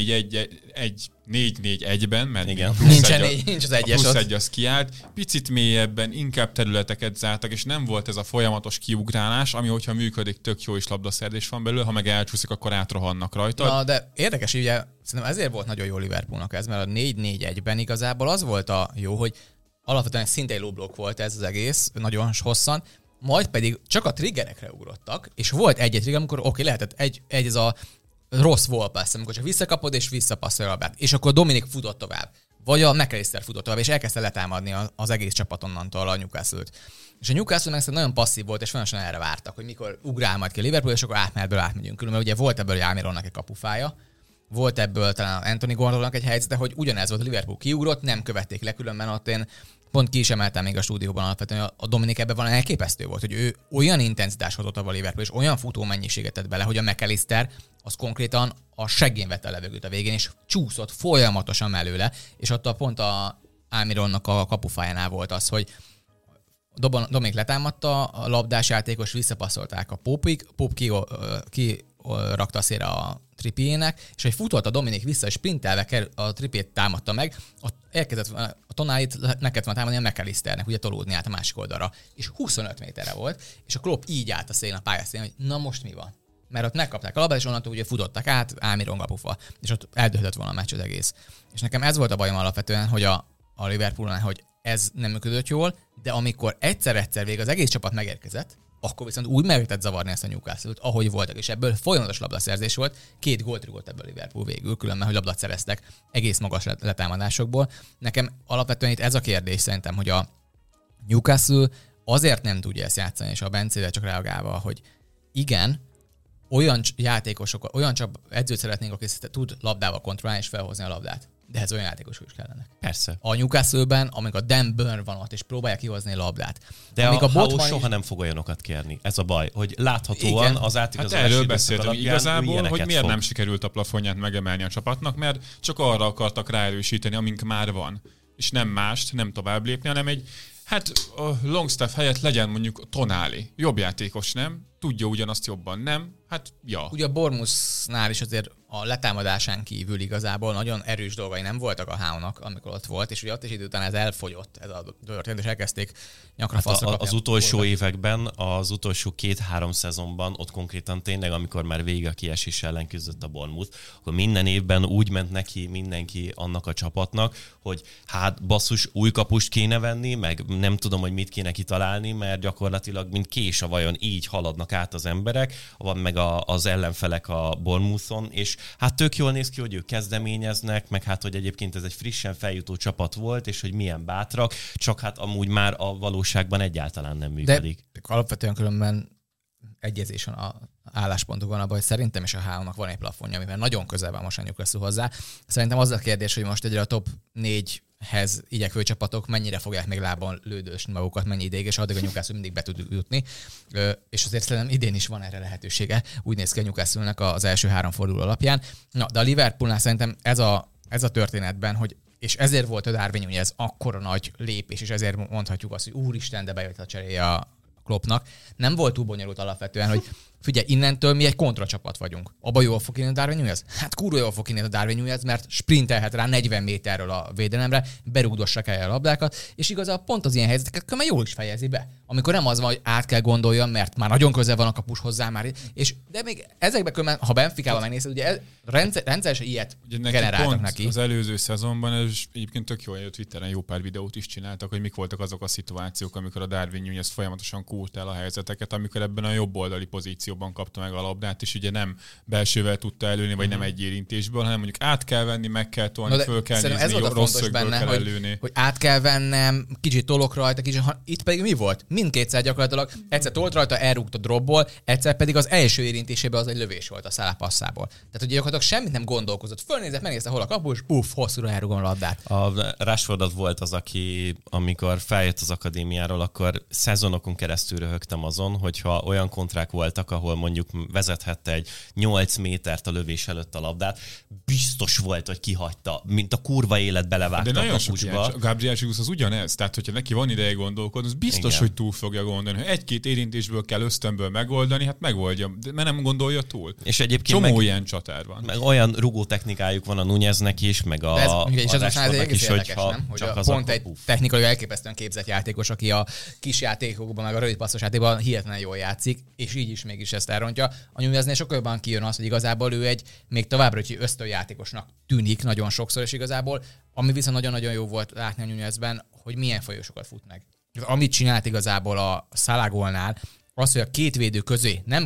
4-4-1-ben, mert nincs az egyes plusz egy az kiállt, picit mélyebben, inkább területeket zártak, és nem volt ez a folyamatos kiugrálás, ami hogyha működik, tök jó is labdaszerzés van belőle, ha meg elcsúszik, akkor átrohannak rajta. Na, de érdekes, ugye szerintem ezért volt nagyon jó Liverpoolnak ez, mert a 4-4-1-ben igazából az volt a jó, hogy alapvetően szinte egy low block volt ez az egész, nagyon hosszan, majd pedig csak a triggerekre ugrottak, és volt egy-egy trigger, amikor lehetett egy ez a rossz wall pass, amikor csak visszakapod és visszapasszolja a labdát, és akkor Dominik futott tovább, vagy a McAllister futott tovább, és elkezdte letámadni az egész csapat onnantól a Newcastle-t. És a Newcastle meg nagyon passzív volt, és folyamatosan erre vártak, hogy mikor ugrál majd ki a Liverpool, és akkor átmegyünk. Különben ugye volt ebből Almironnak egy kapufája, volt ebből talán Anthony Gordonnak egy helyzete, hogy ugyanez volt a Liverpool kiugrott, nem követték le, különben ott én pont ki is emeltem még a stúdióban alapvetően, a Dominik ebben van elképesztő volt, hogy ő olyan intenzitást hozott a Liverpool, és olyan futó mennyiséget tett bele, hogy a McAllister az konkrétan a seggén vette a levegőt a végén, és csúszott folyamatosan mellőle, és ott pont a Almironnak a kapufájánál volt az, hogy Dominik letámadta, a labdás játékos visszapasszolták a Popig, Pop kirakta a szélre a Trippiének, és hogy futott a Dominik vissza, és sprintelve a Trippiét támadta meg, elkezdett a Tonáit neked van támadni a McAllisternek, ugye tolódni át a másik oldalra, és 25 méterre volt, és a Klopp így állt a szélén, a pályaszélén, hogy na most mi van? Mert ott megkapták a labdát, és onnantól ugye futottak át, Almiron kapufa, és ott eldőlhetett volna a meccs az egész. És nekem ez volt a bajom alapvetően, hogy a Liverpoolnál, hogy ez nem működött jól, de amikor egyszer végig az egész csapat megérkezett, akkor viszont úgy meg lehetett zavarni ezt a Newcastle-t, ahogy voltak, és ebből folyamatos labdaszerzés volt, 2 gólt rúgott ebből a Liverpool végül, különben, hogy labdát szereztek egész magas letámadásokból. Nekem alapvetően itt ez a kérdés szerintem, hogy a Newcastle azért nem tudja ezt játszani, és a Bencére csak reagálva, hogy igen, olyan játékosok, olyan csak edzőt szeretnénk, aki tud labdával kontrollálni és felhozni a labdát. De ez olyan játékosok is kellenek. Persze. A Newcastle-ben, amikor a Dan Burn van ott, és próbálják kihozni a labdát. De a Howe soha nem fog olyanokat kérni. Ez a baj, hogy láthatóan az átigazolási erről beszéltünk igazából, hogy miért fog. nem sikerült a plafonját megemelni a csapatnak, mert csak arra akartak ráerősíteni, amink már van. És nem mást, nem tovább lépni, hanem egy, a Longstaff helyett legyen mondjuk Tonali. Jobb játékos, nem? Tudja ugyanazt jobban, nem? Ugye a Bournemouthnál is azért a letámadásán kívül igazából nagyon erős dolgai nem voltak a Howe-nak, amikor ott volt, és ugye ott is idő után ez elfogyott, ez a történet, és elkezdték nyakra faszra kapni. Az utolsó években, az utolsó 2-3 szezonban, ott konkrétan tényleg, amikor már végig a kiesés ellen küzdött a Bournemouth, akkor minden évben úgy ment neki mindenki annak a csapatnak, hogy basszus, új kapust kéne venni, meg nem tudom, hogy mit kéne kitalálni, mert gyakorlatilag mint kés a vajon így haladnak át az emberek, van meg az ellenfelek a Bournemouthon, és tök jól néz ki, hogy ők kezdeményeznek, meg hogy egyébként ez egy frissen feljutó csapat volt, és hogy milyen bátrak, csak amúgy már a valóságban egyáltalán nem működik. De alapvetően különben egyezés van a álláspontokon abban, hogy szerintem is a Howe-nak van egy plafonja, amivel nagyon közel van most a Newcastle hozzá. Szerintem az a kérdés, hogy most egyre a top 4-hez igyekvő csapatok mennyire fogják még lábon lődösni magukat, mennyi ideig, és addig a Newcastle mindig be tud jutni. És azért szerintem idén is van erre lehetősége. Úgy néz ki a Newcastle-nek az első 3 forduló alapján. Na, de a Liverpoolnál szerintem ez a történetben, hogy és ezért volt a Darwin Núñez akkora nagy lépés, és ezért mondhatjuk azt, hogy úristen, de bejött a cseréje a Kloppnak. Nem volt túl bonyolult alapvetően, hogy figyelj, innentől mi egy kontracsapat vagyunk. Abba jól fog a Darwin Núñez? Kurva jól fog a Darwin Núñez, mert sprintelhet rá 40 méterről a védelemre, berúgdossa el a labdákat, és igazából pont az ilyen helyzeteket már jól is fejezi be. Amikor nem az van, hogy át kell gondoljam, mert már nagyon közel van a kapus hozzá már, de még ezekben különben, ha Benficával megnézed, ugye rendszeresen ilyet generáltak neki. Az előző szezonban, ez egyébként tök jó, hogy Twitteren jó pár videót is csináltak, hogy mik voltak azok a szituációk, amikor a Darwin Núñez folyamatosan kúrt el a helyzeteket, amikor ebben a jobb oldali pozícióban kapta meg a labdát, és ugye nem belsővel tudta előni, vagy nem egy érintésből, hanem mondjuk át kell venni, meg kell tolni, föl kell nézni, rossz szögből kell előni. Hogy át kell vennem, kicsit tolok rajta, itt pedig mi volt? Mindkétszer gyakorlatilag egyszer tolt rajta, elrúgt a dropból, egyszer pedig az első érintésében az egy lövés volt a Salah passzából. Tehát ugye gyakorlatilag semmit nem gondolkozott. Fölnézett, megnézte hol a kapus, hosszúra elrúgom a labdát. A Rashford volt az, aki amikor feljött az akadémiáról, akkor szezonokon keresztül röhögtem azon, hogyha olyan kontrák voltak, ahol mondjuk vezethette egy 8 métert a lövés előtt a labdát, biztos volt, hogy kihagyta, mint a kurva élet belevágta a kapusba. A Gabriel Jesus az ugyanez, tehát hogyha neki van ideje gondolkodni, az biztos, hogy túl fogja gondolni. Ha egy-két érintésből kell ösztönből megoldani, megoldja, mert nem gondolja túl. És egyébként csomó ilyen csatár van. Meg olyan rugó technikájuk van a Núñeznek is, meg a Rashfordnak is, hogyha pont egy technikai elképesztően képzett játékos, aki a kis játékokban, meg a rövid passzos játékban hihetetlen jól játszik, és így is mégis ezt elrontja. A Núñeznél sokkal jobban kijön az, hogy igazából ő egy még továbbra is ösztönjátékosnak tűnik nagyon sokszor, és igazából, ami viszont nagyon-nagyon jó volt látni a Núñezben, hogy milyen folyósokat fut meg. Amit csinált igazából a Salah-gólnál, az, hogy a két védő közé, nem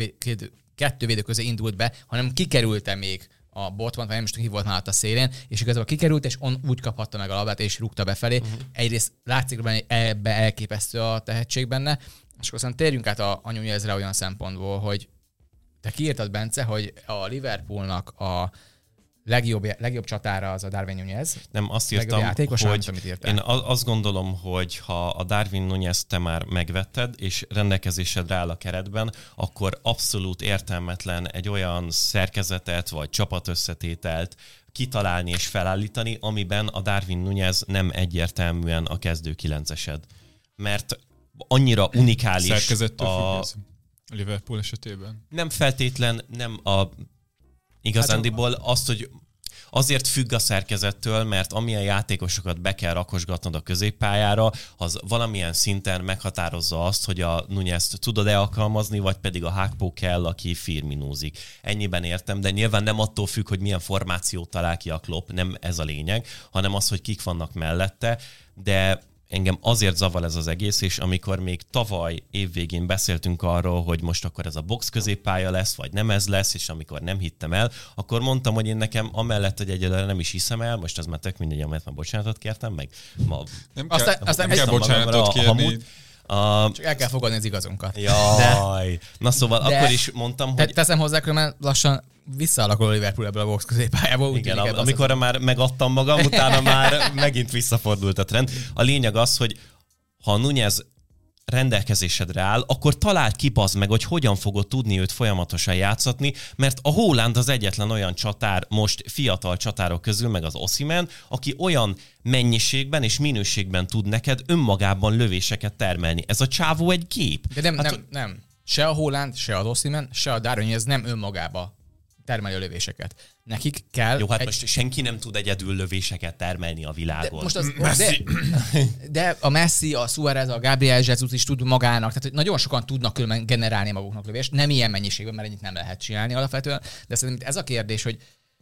kettő védő közé indult be, hanem kikerülte még a Botman, vagy nem is tudom, ki volt már a szélén, és igazából kikerült, és úgy kaphatta meg a labdát, és rúgta befelé. Egyrészt látszik, hogy ebbe elképesztő a tehetség benne, és akkor térjünk át a Núñezre olyan szempontból, hogy te kiírtad, Bence, hogy a Liverpoolnak a legjobb csatára az a Darwin Núñez. Nem, azt írtam, hogy én azt gondolom, hogy ha a Darwin Núñez te már megvetted, és rendelkezésedre áll a keretben, akkor abszolút értelmetlen egy olyan szerkezetet vagy csapatösszetételt kitalálni és felállítani, amiben a Darwin Núñez nem egyértelműen a kezdő 9-esed. Mert annyira unikális a Liverpool esetében? Nem feltétlen, nem igazándiból azt, hogy azért függ a szerkezettől, mert amilyen játékosokat be kell rakosgatnod a középpályára, az valamilyen szinten meghatározza azt, hogy a Núñezt tudod-e alkalmazni, vagy pedig a Hákpó kell, aki firminózik. Ennyiben értem, de nyilván nem attól függ, hogy milyen formációt talál ki a Klopp, nem ez a lényeg, hanem az, hogy kik vannak mellette, de engem azért zavar ez az egész, és amikor még tavaly évvégén beszéltünk arról, hogy most akkor ez a box középpálya lesz, vagy nem ez lesz, és amikor nem hittem el, akkor mondtam, hogy én nekem amellett, hogy egyelőre nem is hiszem el, most ez már tök mindegy, amelyet már bocsánatot kértem, meg ma... Nem kell bocsánatot kérni. Csak el kell fogadni az igazunkat. Jaj. Na szóval akkor is mondtam, hogy... Teszem hozzá, mert lassan visszaalakul a Liverpool ebből a box középpályából. Igen, amikor már megadtam magam, utána már megint visszafordult a trend. A lényeg az, hogy ha a Núñez rendelkezésedre áll, akkor találd ki, bazd meg, hogy hogyan fogod tudni őt folyamatosan játszatni, mert a Haaland az egyetlen olyan csatár most fiatal csatárok közül, meg az Osimhen, aki olyan mennyiségben és minőségben tud neked önmagában lövéseket termelni. Ez a csávó egy gép. De nem. Se a Haaland, se az Osimhen, se a Darwin, ez nem önmagába termeli a lövéseket. Nekik kell... Jó, hát most senki nem tud egyedül lövéseket termelni a világon. De, most de a Messi, a Suárez, a Gabriel Jesus is tud magának, tehát nagyon sokan tudnak különben generálni maguknak lövést, nem ilyen mennyiségben, mert ennyit nem lehet csinálni alapvetően, de szerintem ez a kérdés, hogy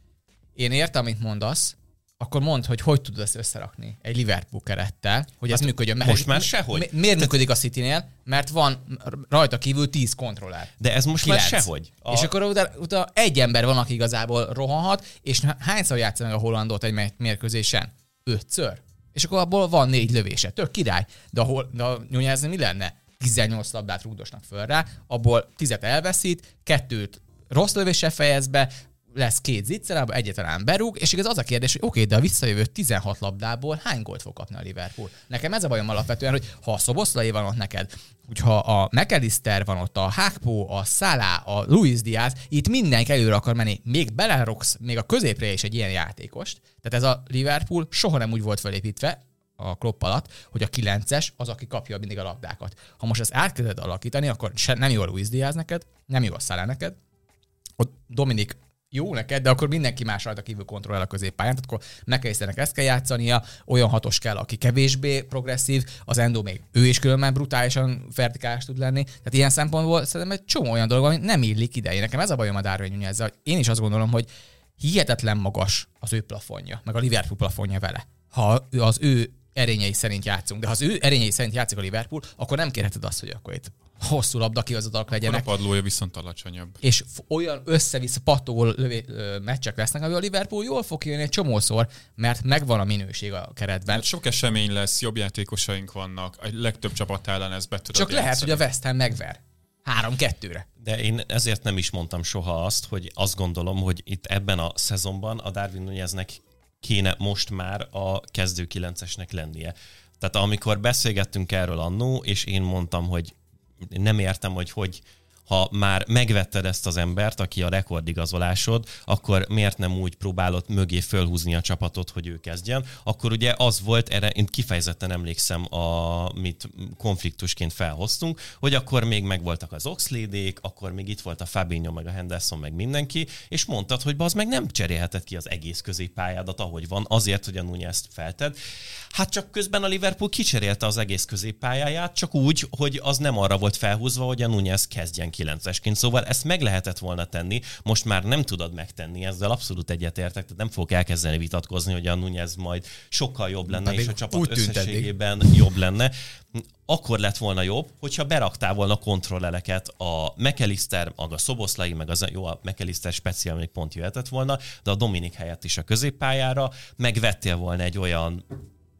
én értem, amit mondasz, akkor mondd, hogy tudod ezt összerakni egy Liverpool kerettel, hogy ez működjön. Most már sehogy. Miért működik a Citynél? Mert van rajta kívül 10 kontroller. De ez most 9. már sehogy. És akkor utána egy ember van, aki igazából rohanhat, és hányszor játsza meg a Haalandot egy mérkőzésen? 5-ször. És akkor abból van 4 lövése. Tök király. De a Núñez mi lenne? 18 labdát rúgdosnak föl rá, abból 10-et elveszít, 2 rossz lövéssel fejez be, lesz 2 zicser, egyáltalán berúg, és igaz az a kérdés, hogy oké, de a visszajövő 16 labdából hány gólt fog kapni a Liverpool? Nekem ez a bajom alapvetően, hogy ha a Szoboszlai van ott neked, hogyha a McAllister van ott, a Hákpó, a Salah, a Luis Diaz, itt mindenki előre akar menni, még beleroksz, még a középre is egy ilyen játékost. Tehát ez a Liverpool soha nem úgy volt felépítve a Klopp alatt, hogy a 9-es az, aki kapja mindig a labdákat. Ha most ezt átkezded alakítani, akkor nem jó a Luis Diaz neked, nem jó a Salah neked, ott Dominik jó neked, de akkor mindenki más rajta kívül kontroll a középpályán, tehát akkor McAllisternek ezt kell játszania, olyan hatos kell, aki kevésbé progresszív, az Endo még ő is különben brutálisan vertikális tud lenni. Tehát ilyen szempontból szerintem egy csomó olyan dolog, ami nem illik ide. Nekem ez a bajom a Darwin Núñezzel. Én is azt gondolom, hogy hihetetlen magas az ő plafonja, meg a Liverpool plafonja vele. Ha az ő erényei szerint játszunk, de ha az ő erényei szerint játszik a Liverpool, akkor nem kérheted azt, hogy akkor itt hosszú labdakihozatalak legyenek. Akkor a padlója viszont alacsonyabb. És olyan össze-vissza pattogó meccsek lesznek, ahol a Liverpool jól fog kijönni egy csomószor, mert megvan a minőség a keretben. Hát sok esemény lesz, jobb játékosaink vannak, a legtöbb csapat ellen ezt be tudod Csak játszani. lehet, hogy a West Ham megver. 3-2-re. De én ezért nem is mondtam soha azt, hogy azt gondolom, hogy itt ebben a szezonban a Darwin Núñeznek kéne most már a kezdő 9-esnek lennie. Tehát amikor beszélgettünk erről annó, és én mondtam, hogy nem értem, hogy ha már megvetted ezt az embert, aki a rekordigazolásod, akkor miért nem úgy próbálod mögé fölhúzni a csapatot, hogy ő kezdjen? Akkor ugye az volt, erre én kifejezetten emlékszem, amit konfliktusként felhoztunk, hogy akkor még megvoltak az Oxlade-ék, akkor még itt volt a Fabinho, meg a Henderson, meg mindenki, és mondtad, hogy az meg nem cserélheted ki az egész középpályádat, ahogy van, azért, hogy a Núñezt felted. Hát csak közben a Liverpool kicserélte az egész középpályáját, csak úgy, hogy az nem arra volt felhúzva, hogy a Núñez kezdjen 9-esként. Szóval ezt meg lehetett volna tenni, most már nem tudod megtenni, ezzel abszolút egyetértek, tehát nem fogok elkezdeni vitatkozni, hogy a Núñez majd sokkal jobb lenne, és a csapat összességében jobb lenne. Akkor lett volna jobb, hogyha beraktál volna kontrolleleket a McAllister, a Szoboszlai, meg az jó, a McAllister speciál még pont jöhetett volna, de a Dominik helyett is a középpályára, megvettél volna egy olyan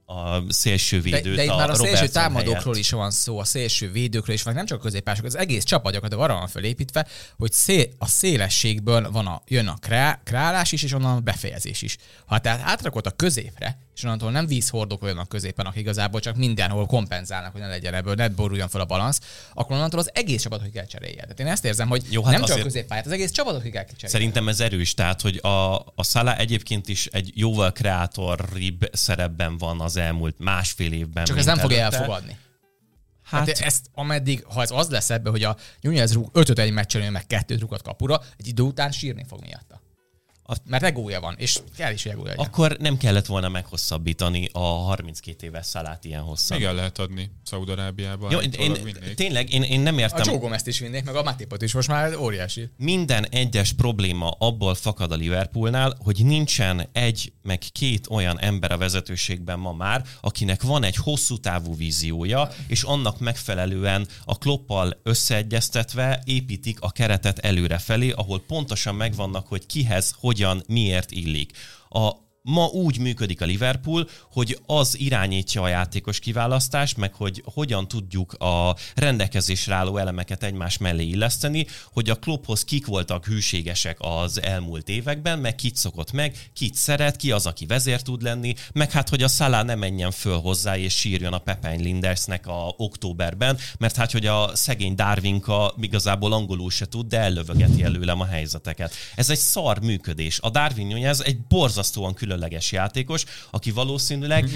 a szélső védőt. De itt már a szélső támadókról helyett. is van szó, a szélső védőkről is van, nem csak a középpások, az egész csapat gyakorlatilag arra van fölépítve, hogy a szélességből jön a kreálás is, és onnan a befejezés is. Ha tehát átrakod a középre, és onnantól nem vízhordók olyanok középen, akik igazából csak mindenhol kompenzálnak, hogy ne legyen ebből, ne boruljon fel a balansz, akkor onnantól az egész csapat, hogy kell cserélje. Tehát én ezt érzem, hogy jó, hát nem csak a középpályát, az egész csapatot, hogy kell cserélni. Szerintem ez erős, tehát hogy a Salah egyébként is egy jóval kreátoribb szerepben van az elmúlt másfél évben. Csak ez nem fogja elfogadni. Hát ezt ameddig, ha ez az lesz ebbe, hogy a Nunez 5-5 egy meccsen meg 2 rúgat kapura, egy idő után sírni fog miatta. Mert egója van, és kell is, hogy egója legyen. Akkor nem kellett volna meghosszabbítani a 32 éves Salát ilyen hosszan. Még el lehet adni Szaúd-Arábiában. Jó, én nem értem. A Joe Gomez-t is vinnék, meg a Matipot is, most már óriási. Minden egyes probléma abból fakad a Liverpoolnál, hogy nincsen egy, meg 2 olyan ember a vezetőségben ma már, akinek van egy hosszú távú víziója, és annak megfelelően a Kloppal összeegyeztetve építik a keretet előrefelé, ahol pontosan megvannak, hogy kihez, hogyan, miért illik. Ma úgy működik a Liverpool, hogy az irányítja a játékos kiválasztást, meg hogy hogyan tudjuk a rendelkezésre álló elemeket egymás mellé illeszteni, hogy a Klopphoz kik voltak hűségesek az elmúlt években, meg kit szokott meg, kit szeret, ki az, aki vezér tud lenni, meg hát, hogy a Salah ne menjen föl hozzá és sírjon a Pepijn Lindersnek a októberben, mert hát, hogy a szegény Darwinka igazából angolul se tud, de ellövögeti előlem a helyzeteket. Ez egy szar működés. A Darwin Núñez egy borzasztóan különleges játékos, aki valószínűleg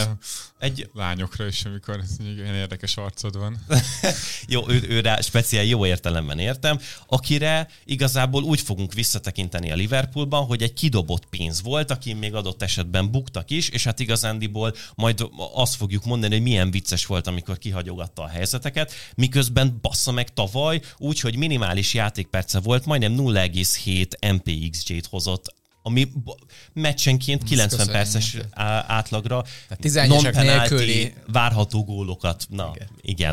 egy lányokra is, amikor ilyen érdekes arcod van. Jó, őre speciál jó értelemben értem, akire igazából úgy fogunk visszatekinteni a Liverpoolban, hogy egy kidobott pénz volt, aki még adott esetben buktak is, és hát igazándiból majd azt fogjuk mondani, hogy milyen vicces volt, amikor kihagyogatta a helyzeteket, miközben bassza meg tavaly, úgyhogy minimális játékperce volt, majdnem 0,7 MPXG-t hozott, ami meccsenként 90 perces átlagra non-penalty várható gólokat. Na, igen.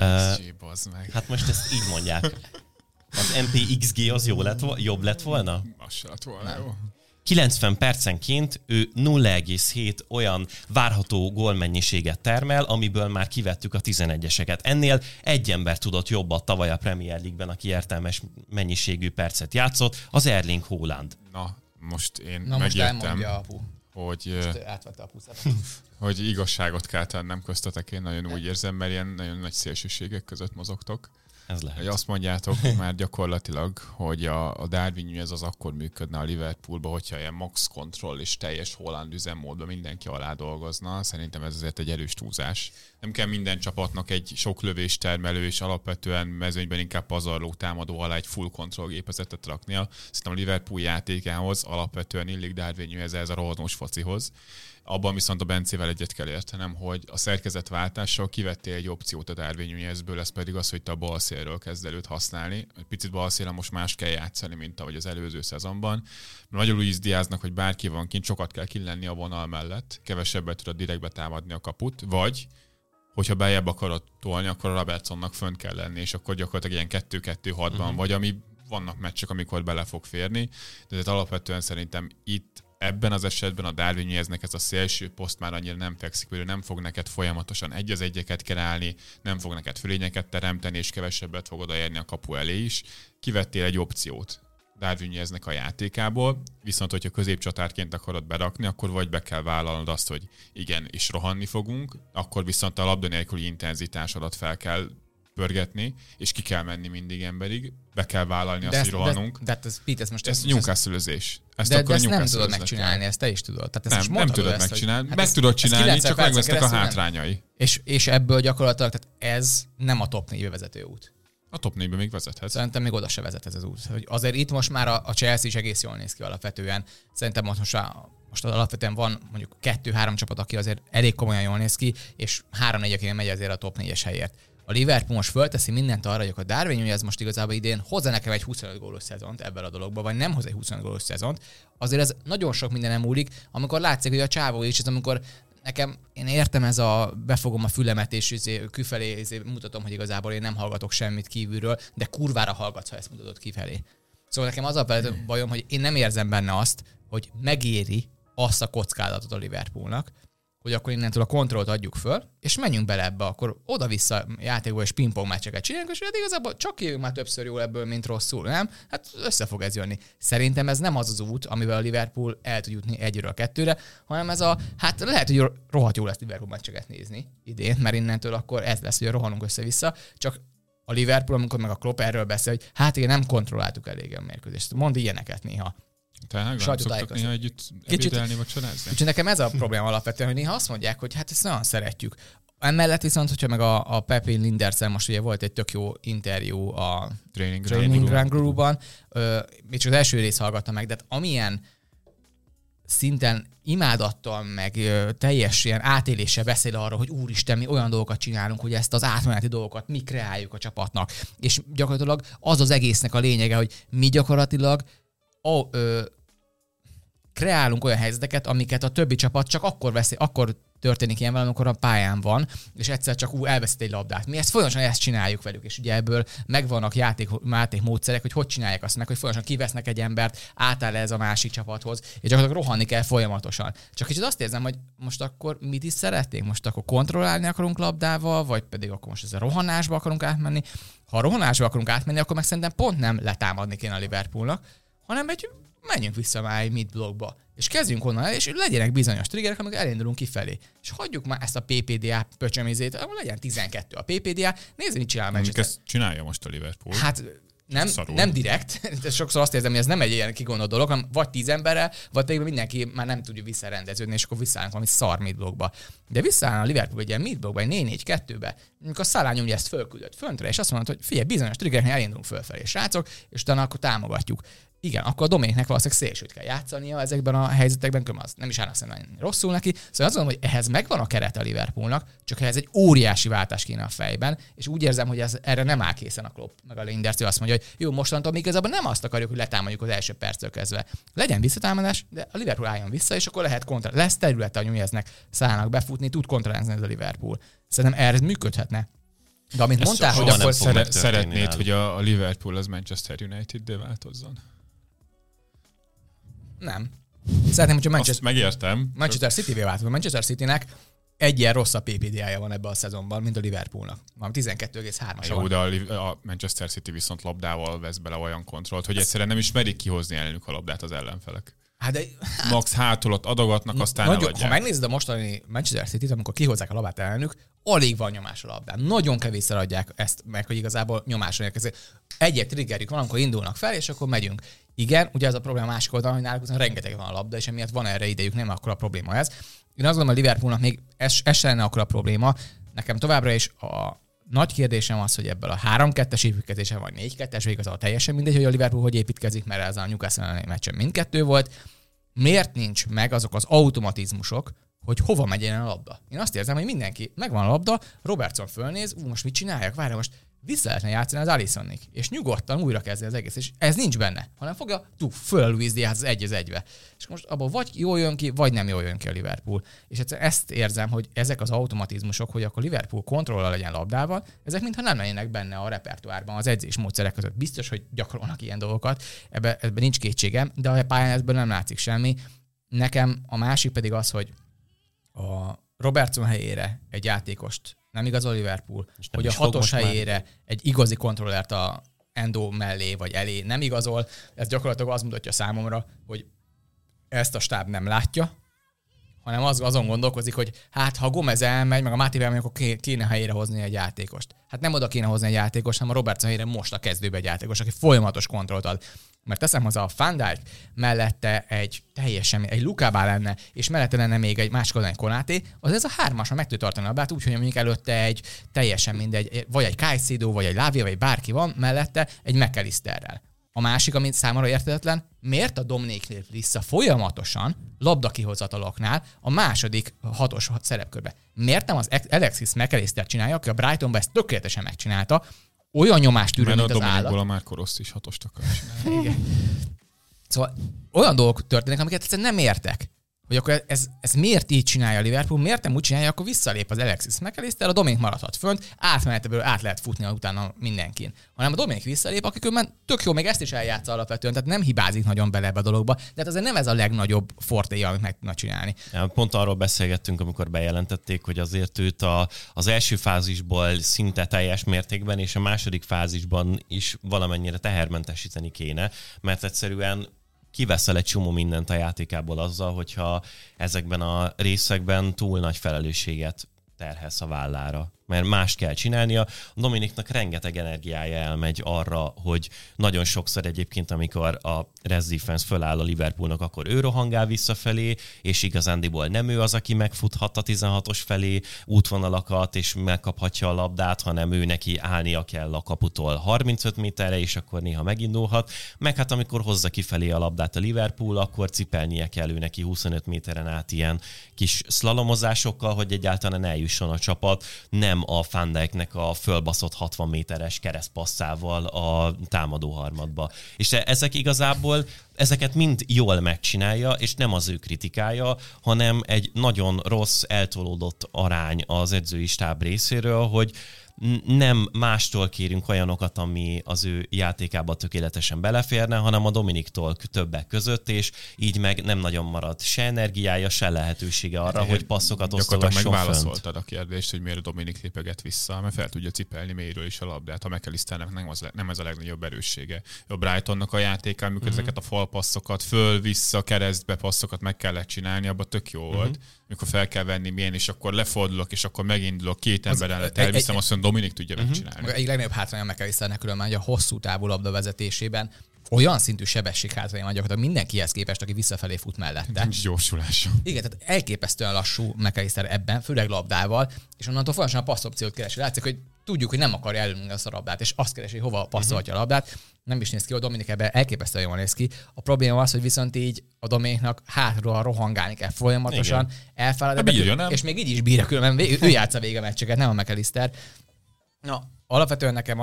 Hát most ezt így mondják. Az MPXG az jobb lett volna? Az se lett volna, jó. 90 percenként ő 0,7 olyan várható gólmennyiséget termel, amiből már kivettük a 11-eseket. Ennél egy ember tudott jobbat tavaly a Premier League-ben, aki értelmes mennyiségű percet játszott, az Erling Haaland. Na, most én megértem, hogy igazságot kell tennem köztetek, én nagyon úgy érzem, mert ilyen nagyon nagy szélsőségek között mozogtok. Ez lehet. Hogy azt mondjátok már gyakorlatilag, hogy a Darwin Núñez az akkor működne a Liverpoolba, hogyha ilyen max control és teljes Haaland üzemmódban mindenki alá dolgozna. Szerintem ez azért egy erős túlzás. Nem kell minden csapatnak egy sok lövés termelő és alapvetően mezőnyben inkább pazarló támadó alá egy full control gépezetet raknia. Szerintem a Liverpool játékához alapvetően illik Darwin Núñez ez a rohanós focihoz. Abban viszont a Bencével egyet kell értenem, hogy a szerkezetváltással kivettél egy opciót a Darwin Núñezből, ez pedig az, hogy te a balszélről kezd előtt használni. Egy picit balszélen most más kell játszani, mint ahogy az előző szezonban. Nagyon Luis Diaznak, hogy bárki van kint, sokat kell killenni a vonal mellett, kevesebbet tudod direktbe támadni a kaput, vagy hogyha beljebb akarod tolni, akkor a Robertsonnak fönt kell lenni, és akkor gyakorlatilag ilyen 2-2-6-ban vagy, ami vannak meccsek, amikor bele fog férni, de alapvetően szerintem itt ebben az esetben a Darwin Núñeznek ez a szélső poszt már annyira nem fekszik, hogy nem fog neked folyamatosan egy az egyeket kreálni, nem fog neked fölényeket teremteni, és kevesebbet fog odaérni a kapu elé is. Kivettél egy opciót Darwin Núñeznek a játékából, viszont hogyha középcsatárként akarod berakni, akkor vagy be kell vállalnod azt, hogy igen, és rohanni fogunk, akkor viszont a labda nélküli intenzitásodat fel kell pörgetni, és ki kell menni mindig emberig, be kell vállalni azt, hogy rohanunk. De ez Newcastle-özés. De ezt nem tudod megcsinálni, ezt te is tudod. Tehát ezt nem tudod megcsinálni. Meg tudod csinálni, csak megvesznek a hátrányai. És ebből gyakorlatilag, tehát ez nem a top 4 vezető út. A top 4-ben még vezethet. Szerintem még oda se vezet ez az út. Azért itt most már a Chelsea is egész jól néz ki alapvetően. Szerintem most alapvetően van mondjuk 2-3 csapat, aki azért elég komolyan jól néz ki, és 3-4, aki megy azért a top 4-es helyért. A Liverpool most fölteszi mindent arra, hogy a Darwin Núñez most igazából idén hozza nekem egy 25 gólos szezont ebben a dologban, vagy nem hoz egy 25 gólos szezont. Azért ez nagyon sok minden nem múlik, amikor látszik, hogy a csávó is, ez amikor nekem, én értem ez a befogom a fülemet, és kifelé mutatom, hogy igazából én nem hallgatok semmit kívülről, de kurvára hallgatsz, ha ezt mutatod kifelé. Szóval nekem az a bajom, hogy én nem érzem benne azt, hogy megéri azt a kockázatot a Liverpoolnak, hogy akkor innentől a kontrollt adjuk föl, és menjünk bele ebbe, akkor oda-vissza játékból és pingpong meccseket csináljunk, és hát igazából csak jövünk már többször jól ebből, mint rosszul, nem? Hát össze fog ez jönni. Szerintem ez nem az az út, amivel a Liverpool el tud jutni 1-ről 2-re, hanem ez hát lehet, hogy rohadt jó lesz Liverpool meccseket nézni idén, mert innentől akkor ez lesz, hogy rohanunk össze-vissza, csak a Liverpool, amikor meg a Klopp erről beszél, hogy hát igen, nem kontrolláltuk elég a mérkőzést. Mond ilyeneket néha. Tehát szoktak néha együtt ebédelni, vacsorázni? Úgyhogy nekem ez a probléma alapvetően, hogy néha azt mondják, hogy hát ezt nagyon szeretjük. Emellett viszont, hogyha meg a Pepe Linderszel most ugye volt egy tök jó interjú a Training Ground Guru-ban, még csak az első rész hallgattam meg, de amilyen szinten imádattal, meg teljes ilyen átéléssel beszél arról, hogy úristen, mi olyan dolgokat csinálunk, hogy ezt az átmeneti dolgokat mi kreáljuk a csapatnak. És gyakorlatilag az egésznek a lényege, hogy mi gyakorlatilag kreálunk olyan helyzeteket, amiket a többi csapat csak akkor történik ilyen valami, amikor a pályán van, és egyszer csak elveszít egy labdát. Mi folyamatosan ezt csináljuk velük, és ugye ebből megvannak játékmódszerek, hogy csinálják azt meg, hogy folyamatosan kivesznek egy embert, átáll ez a másik csapathoz, és gyakorlatilag rohanni kell folyamatosan. Csak kicsit azt érzem, hogy most akkor mit is szeretnénk? Most akkor kontrollálni akarunk labdával, vagy pedig akkor most ez a rohanásba akarunk átmenni? Ha a rohanásba akarunk átmenni, akkor meg szerintem pont nem letámadni kéne a Liverpoolnak, hanem menjünk vissza már egy mid-blockba, és kezdjünk onnan el, és legyenek bizonyos triggerek, amikor elindulunk kifelé. És hagyjuk már ezt a PPDA pöcsömézét, ahol legyen 12 a PPDA, nézd, mit csinál Manchester. Ezt csinálja most a Liverpool. Hát nem direkt, de sokszor azt érzem, hogy ez nem egy ilyen kigondolt dolog, hanem vagy 10 emberrel, vagy pedig mindenki már nem tudja visszarendeződni, és akkor visszaállunk valami szar mid-blockba. De visszaállna a Liverpool egy ilyen mid-blockba, egy 4-4-2-be, amikor a Salah ugye ezt fölküldött föntre, és azt mondta, hogy figyelj, bizonyos triggereknél elindulunk fölfelé, srácok, és utána akkor támogatjuk. Igen, akkor a Dominiknek valószínűleg szélsőt kell játszania ezekben a helyzetekben, az nem is állna szerintem rosszul neki. Szóval azt mondom, hogy ehhez megvan a keret a Liverpoolnak, csak ehhez egy óriási váltás kéne a fejben, és úgy érzem, hogy erre nem áll készen a Klopp, meg a Linders, azt mondja, hogy jó, mostantól még igazából nem azt akarjuk, hogy letámadjuk az első perctől kezdve. Legyen visszatámadás, de a Liverpool álljon vissza, és akkor lehet lesz területe a Nuneznek, Salahnak befutni, tud kontrarenzni ez a Liverpool. Szerintem erre működhetne. De amit mondtál, hogy akkor szeretnéd, hogy a Liverpool az Manchester United-dé változzon? Nem. Szeretném, hogy megértem. Manchester City-vé változott. A Manchester Citynek egy ilyen rosszabb PPDA-ja van ebben a szezonban, mint a Liverpoolnak. Van 12,3-as. Jó, de a Manchester City viszont labdával vesz bele olyan kontrollt, hogy egyszerűen nem is merik kihozni ellenük a labdát az ellenfelek. Max hátulat adogatnak, aztán eladják. Ha megnézed a mostani Manchester City-t, amikor kihozzák a labdát ellenük, alig van nyomás a labdán. Nagyon kevésszer adják ezt meg, hogy igazából nyomásra érkezik. Egy triggerjük van, amikor indulnak fel, és akkor megyünk. Igen, ugye ez a probléma másik oldalon, hogy náluk rengeteg van a labda, és emiatt van erre idejük, nem akkor a probléma ez. Én azt gondolom, hogy a Liverpoolnak még ez se lenne akkor a probléma. Nekem továbbra is a nagy kérdésem az, hogy ebből a 3-2-es építkezése vagy 4-2-es, vagy igazából teljesen mindegy, hogy a Liverpool hogy építkezik, mert ez a Newcastle meccsen mindkettő volt. Miért nincs meg azok az automatizmusok, hogy hova megy el a labda? Én azt érzem, hogy mindenki megvan a labda, Robertson fölnéz, most mit csináljak? Várj, most vissza lehetne játszani az Alissonnig, és nyugodtan újra kezdeni az egész, és ez nincs benne, hanem fogja föl a Luis Diaz az 1-1-be. És most abban vagy jól jön ki, vagy nem jól jön ki a Liverpool. És egyszerűen ezt érzem, hogy ezek az automatizmusok, hogy akkor Liverpool kontrollal legyen labdával, ezek mintha nem lennének benne a repertoárban az edzésmódszerek között. Biztos, hogy gyakorolnak ilyen dolgokat, ebben nincs kétségem, de a pályán ebből nem látszik semmi. Nekem a másik pedig az, hogy a Robertson helyére egy játékost nem igazol Liverpool, hogy a 6-os helyére egy igazi kontrollert a Endo mellé vagy elé nem igazol. Ez gyakorlatilag az mutatja számomra, hogy ezt a stáb nem látja, hanem azon gondolkozik, hogy hát ha Gomez elmegy, meg a Máté elmegy, akkor kéne helyére hozni egy játékost. Hát nem oda kéne hozni egy játékost, hanem a Robertson helyére most a kezdőbe egy játékos, aki folyamatos kontrollt ad. Mert teszem hozzá a Van Dijk, mellette egy Lukában lenne, és mellette lenne még egy másik oldalon egy Konaté, az ez a hármasra meg tud tartani a labdát, úgyhogy mondjuk előtte egy teljesen mindegy, vagy egy Caicedo, vagy egy Lavia, vagy bárki van, mellette egy McAllisterrel. A másik, amit számomra érthetetlen, miért a Dominic lép vissza folyamatosan labdakihozataloknál a második 6-os szerepkörbe? Miért nem az Alexis McAllister csinálja, aki a Brightonban ezt tökéletesen megcsinálta, olyan nyomást tűrő, mint az állat. Mert a Dominikból a Marco Rossi is 6-ost akar csinálni. Igen. Szóval olyan dolgok történnek, amiket egyszerűen nem értek. hogy akkor ez miért így csinálja a Liverpool, miért nem úgy csinálja, akkor visszalép az Alexis McAllister, a Dominik maradhat fönt, átmenetből át lehet futni utána mindenkin. Hanem a Dominik visszalép, aki különben tök jó, még ezt is eljátsza alapvetően, tehát nem hibázik nagyon bele ebbe a dologba, de hát azért nem ez a legnagyobb fortéja, amit meg tudna csinálni. Pont arról beszélgettünk, amikor bejelentették, hogy azért őt az első fázisból szinte teljes mértékben, és a második fázisban is valamennyire tehermentesíteni kéne, mert egyszerűen kiveszel egy csomó mindent a játékából azzal, hogyha ezekben a részekben túl nagy felelősséget terhelsz a vállára. Mert mást kell csinálnia. Dominiknak rengeteg energiája elmegy arra, hogy nagyon sokszor egyébként, amikor a rest defense föláll a Liverpoolnak, akkor ő rohangál visszafelé, és igazándiból nem ő az, aki megfuthat a 16-os felé útvonalakat, és megkaphatja a labdát, hanem ő neki állnia kell a kaputól 35 méterre, és akkor néha megindulhat. Meg hát amikor hozza kifelé a labdát a Liverpool, akkor cipelnie kell ő neki 25 méteren át ilyen kis szlalomozásokkal, hogy egyáltalán eljusson a csapat, nem a Van Dijknek a fölbaszott 60 méteres keresztpasszával a támadó harmadba. És ezeket mind jól megcsinálja, és nem az ő kritikája, hanem egy nagyon rossz, eltolódott arány az edzői stáb részéről, hogy nem mástól kérünk olyanokat, ami az ő játékába tökéletesen beleférne, hanem a Dominiktól többek között, és így meg nem nagyon marad se energiája, se lehetősége arra, hogy passzokat osztogasson fönt. Megválaszoltad a kérdést, hogy miért Dominik lépeget vissza, mert fel tudja cipelni mélyről is a labdát. A McAllisternek nem ez a legnagyobb erőssége. A Brightonnak a játéka, amikor ezeket a falpasszokat, föl-vissza, keresztbe passzokat meg kellett csinálni, abban tök jó volt. Amikor fel kell venni milyen, és akkor lefordulok, és akkor megindulok, két ember előtt elviszem, azt mondom, Dominik tudja megcsinálni. Egy legnagyobb hátránya a McAllisternek különben, hogy a hosszú távú labdavezetésében olyan szintű sebesség hátránya van gyakorlatilag mindenkihez képest, aki visszafelé fut mellette. Nincs gyorsulása. Igen, tehát elképesztően lassú McAllister ebben, főleg labdával, és onnantól folyamatosan a passzopciót keresi. Látszik, hogy tudjuk, hogy nem akarja elülni azt a labdát, és azt keresi, hogy hova passzolhatja a labdát. Nem is néz ki, a Dominik ebben elképesztően jól néz ki. A probléma az, hogy viszont így a Dominiknak hátról rohangálni kell folyamatosan, elfárad, és még így is bírja, különben ő játsza végig a meccseket, nem a McAllister. Na, alapvetően nekem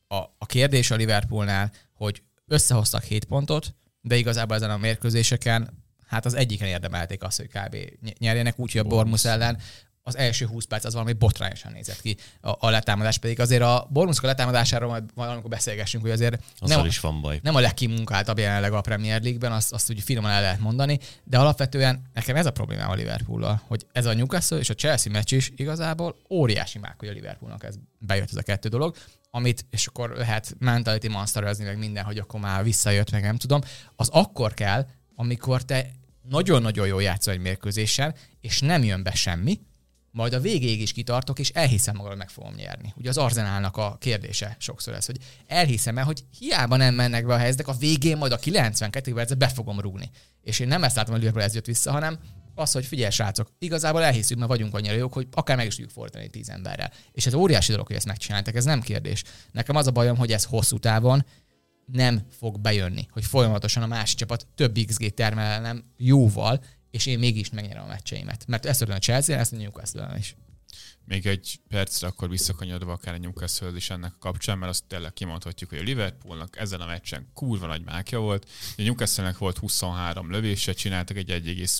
a kérdés a Liverpoolnál, hogy összehoztak 7 pontot, de igazából ezen a mérkőzéseken hát az egyiken érdemelték azt, hogy kb. Nyerjenek, úgyhogy a Bournemouth ellen az első 20 perc az valami botrányosan nézett ki. A letámadás pedig azért a Bournemouth letámadásáról majd valamikor beszélgessünk, hogy azért is van baj. Nem a legkimunkáltabb jelenleg a Premier League-ben, azt úgy finoman el lehet mondani, de alapvetően nekem ez a problémám a Liverpool-al, hogy ez a Newcastle és a Chelsea meccs is igazából óriási mák, hogy a Liverpoolnak ez bejött ez a kettő dolog, amit, és akkor lehet mentality monsterezni meg minden, hogy akkor már visszajött, meg nem tudom, az akkor kell, amikor te nagyon-nagyon jól játszol egy mérkőzésen, és nem jön be semmi, majd a végéig is kitartok, és elhiszem magam, hogy meg fogom nyerni. Ugye az Arsenalnak a kérdése sokszor ez, hogy elhiszem-e, hogy hiába nem mennek be a helyzetek, a végén majd a 92 percet be fogom rúgni. És én nem ezt látom, hogy Liverpool ez jött vissza, hanem az, hogy figyelj srácok, igazából elhiszük, mert vagyunk annyira jók, hogy akár meg is tudjuk fordítani 10 emberrel. És ez óriási dolog, hogy ezt megcsináltak, ez nem kérdés. Nekem az a bajom, hogy ez hosszú távon nem fog bejönni, hogy folyamatosan a másik csapat több XG termelnem jóval, és én mégis megnyerem a meccseimet. Mert ezt tudom a Chelsea-en, ezt a Newcastle-en is. Még egy percre akkor visszakanyodva akár a Newcastle is ennek a kapcsán, mert azt tényleg kimondhatjuk, hogy a Liverpoolnak ezen a meccsen kurva nagy mákja volt. A Newcastle-nek volt 23 lövése, csináltak egy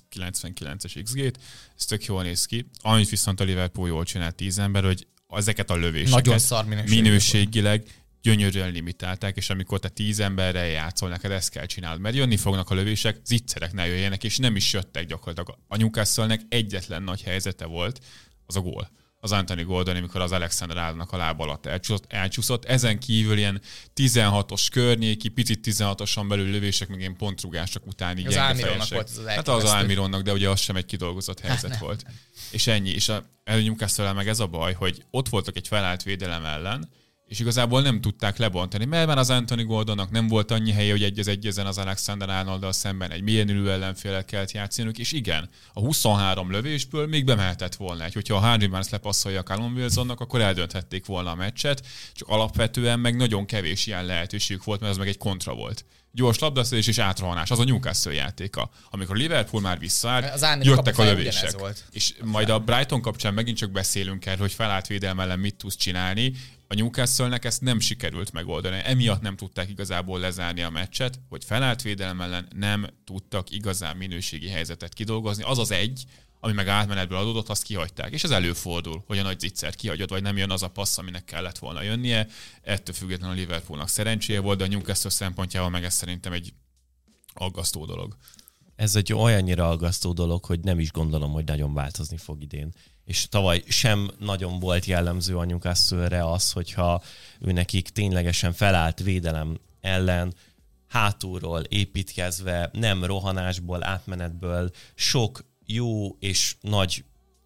1,99-es XG-t, ez tök jól néz ki. Amit viszont a Liverpool jól csinált 10 ember, hogy ezeket a lövéseket nagyon szar minőségileg gyönyörűen limitálták, és amikor te 10 emberrel játszol, neked ezt kell csinálnod, mert jönni fognak a lövések, zicserek ne jöjjenek, és nem is jöttek gyakorlatilag. A Newcastle-nek egyetlen nagy helyzete volt, az a gól. Az Anthony Gordon, amikor az Alexander-Arnoldnak a lába alatt elcsúszott. Ezen kívül ilyen 16-os környéki, picit 16-oson belül lövések, meg ilyen pontrugások után így gyenge fejesek. Hát az Almironnak, de ugye az sem egy kidolgozott helyzet volt. És ennyi. És a Newcastle-el meg ez a baj, hogy ott voltak egy felállt védelem ellen, és igazából nem tudták lebontani, mert már az Anthony Gordonnak nem volt annyi helye, hogy egy-ezen az Alexander-Arnolddal szemben egy milyen ülő ellenféllel kellett játszaniuk, és igen, a 23 lövésből még bemehetett volna egy. Hogyha a Harvey Barnes lepasszolja a Callum Wilsonnak, akkor eldönthették volna a meccset, csak alapvetően meg nagyon kevés ilyen lehetőségük volt, mert az meg egy kontra volt. gyors labdaszedés és átrohanás. Az a Newcastle játéka. Amikor Liverpool már visszaállt, jöttek a lövések. És majd a Brighton kapcsán megint csak beszélünk erről, hogy felállt védelem ellen mit tudsz csinálni. A Newcastle-nek ezt nem sikerült megoldani. Emiatt nem tudták igazából lezárni a meccset, hogy felállt védelem ellen nem tudtak igazán minőségi helyzetet kidolgozni. Az az egy, ami meg átmenetből adódott, azt kihagyták. És ez előfordul, hogy a nagy zicsert kihagyod, vagy nem jön az a passz, aminek kellett volna jönnie. Ettől függetlenül a Liverpoolnak szerencséje volt, de a Newcastle szempontjával meg ez szerintem egy aggasztó dolog. Ez egy olyannyira aggasztó dolog, hogy nem is gondolom, hogy nagyon változni fog idén. És tavaly sem nagyon volt jellemző a Newcastle-re az, hogyha ő nekik ténylegesen felállt védelem ellen, hátulról építkezve, nem rohanásból, átmenetből, sok jó és nagy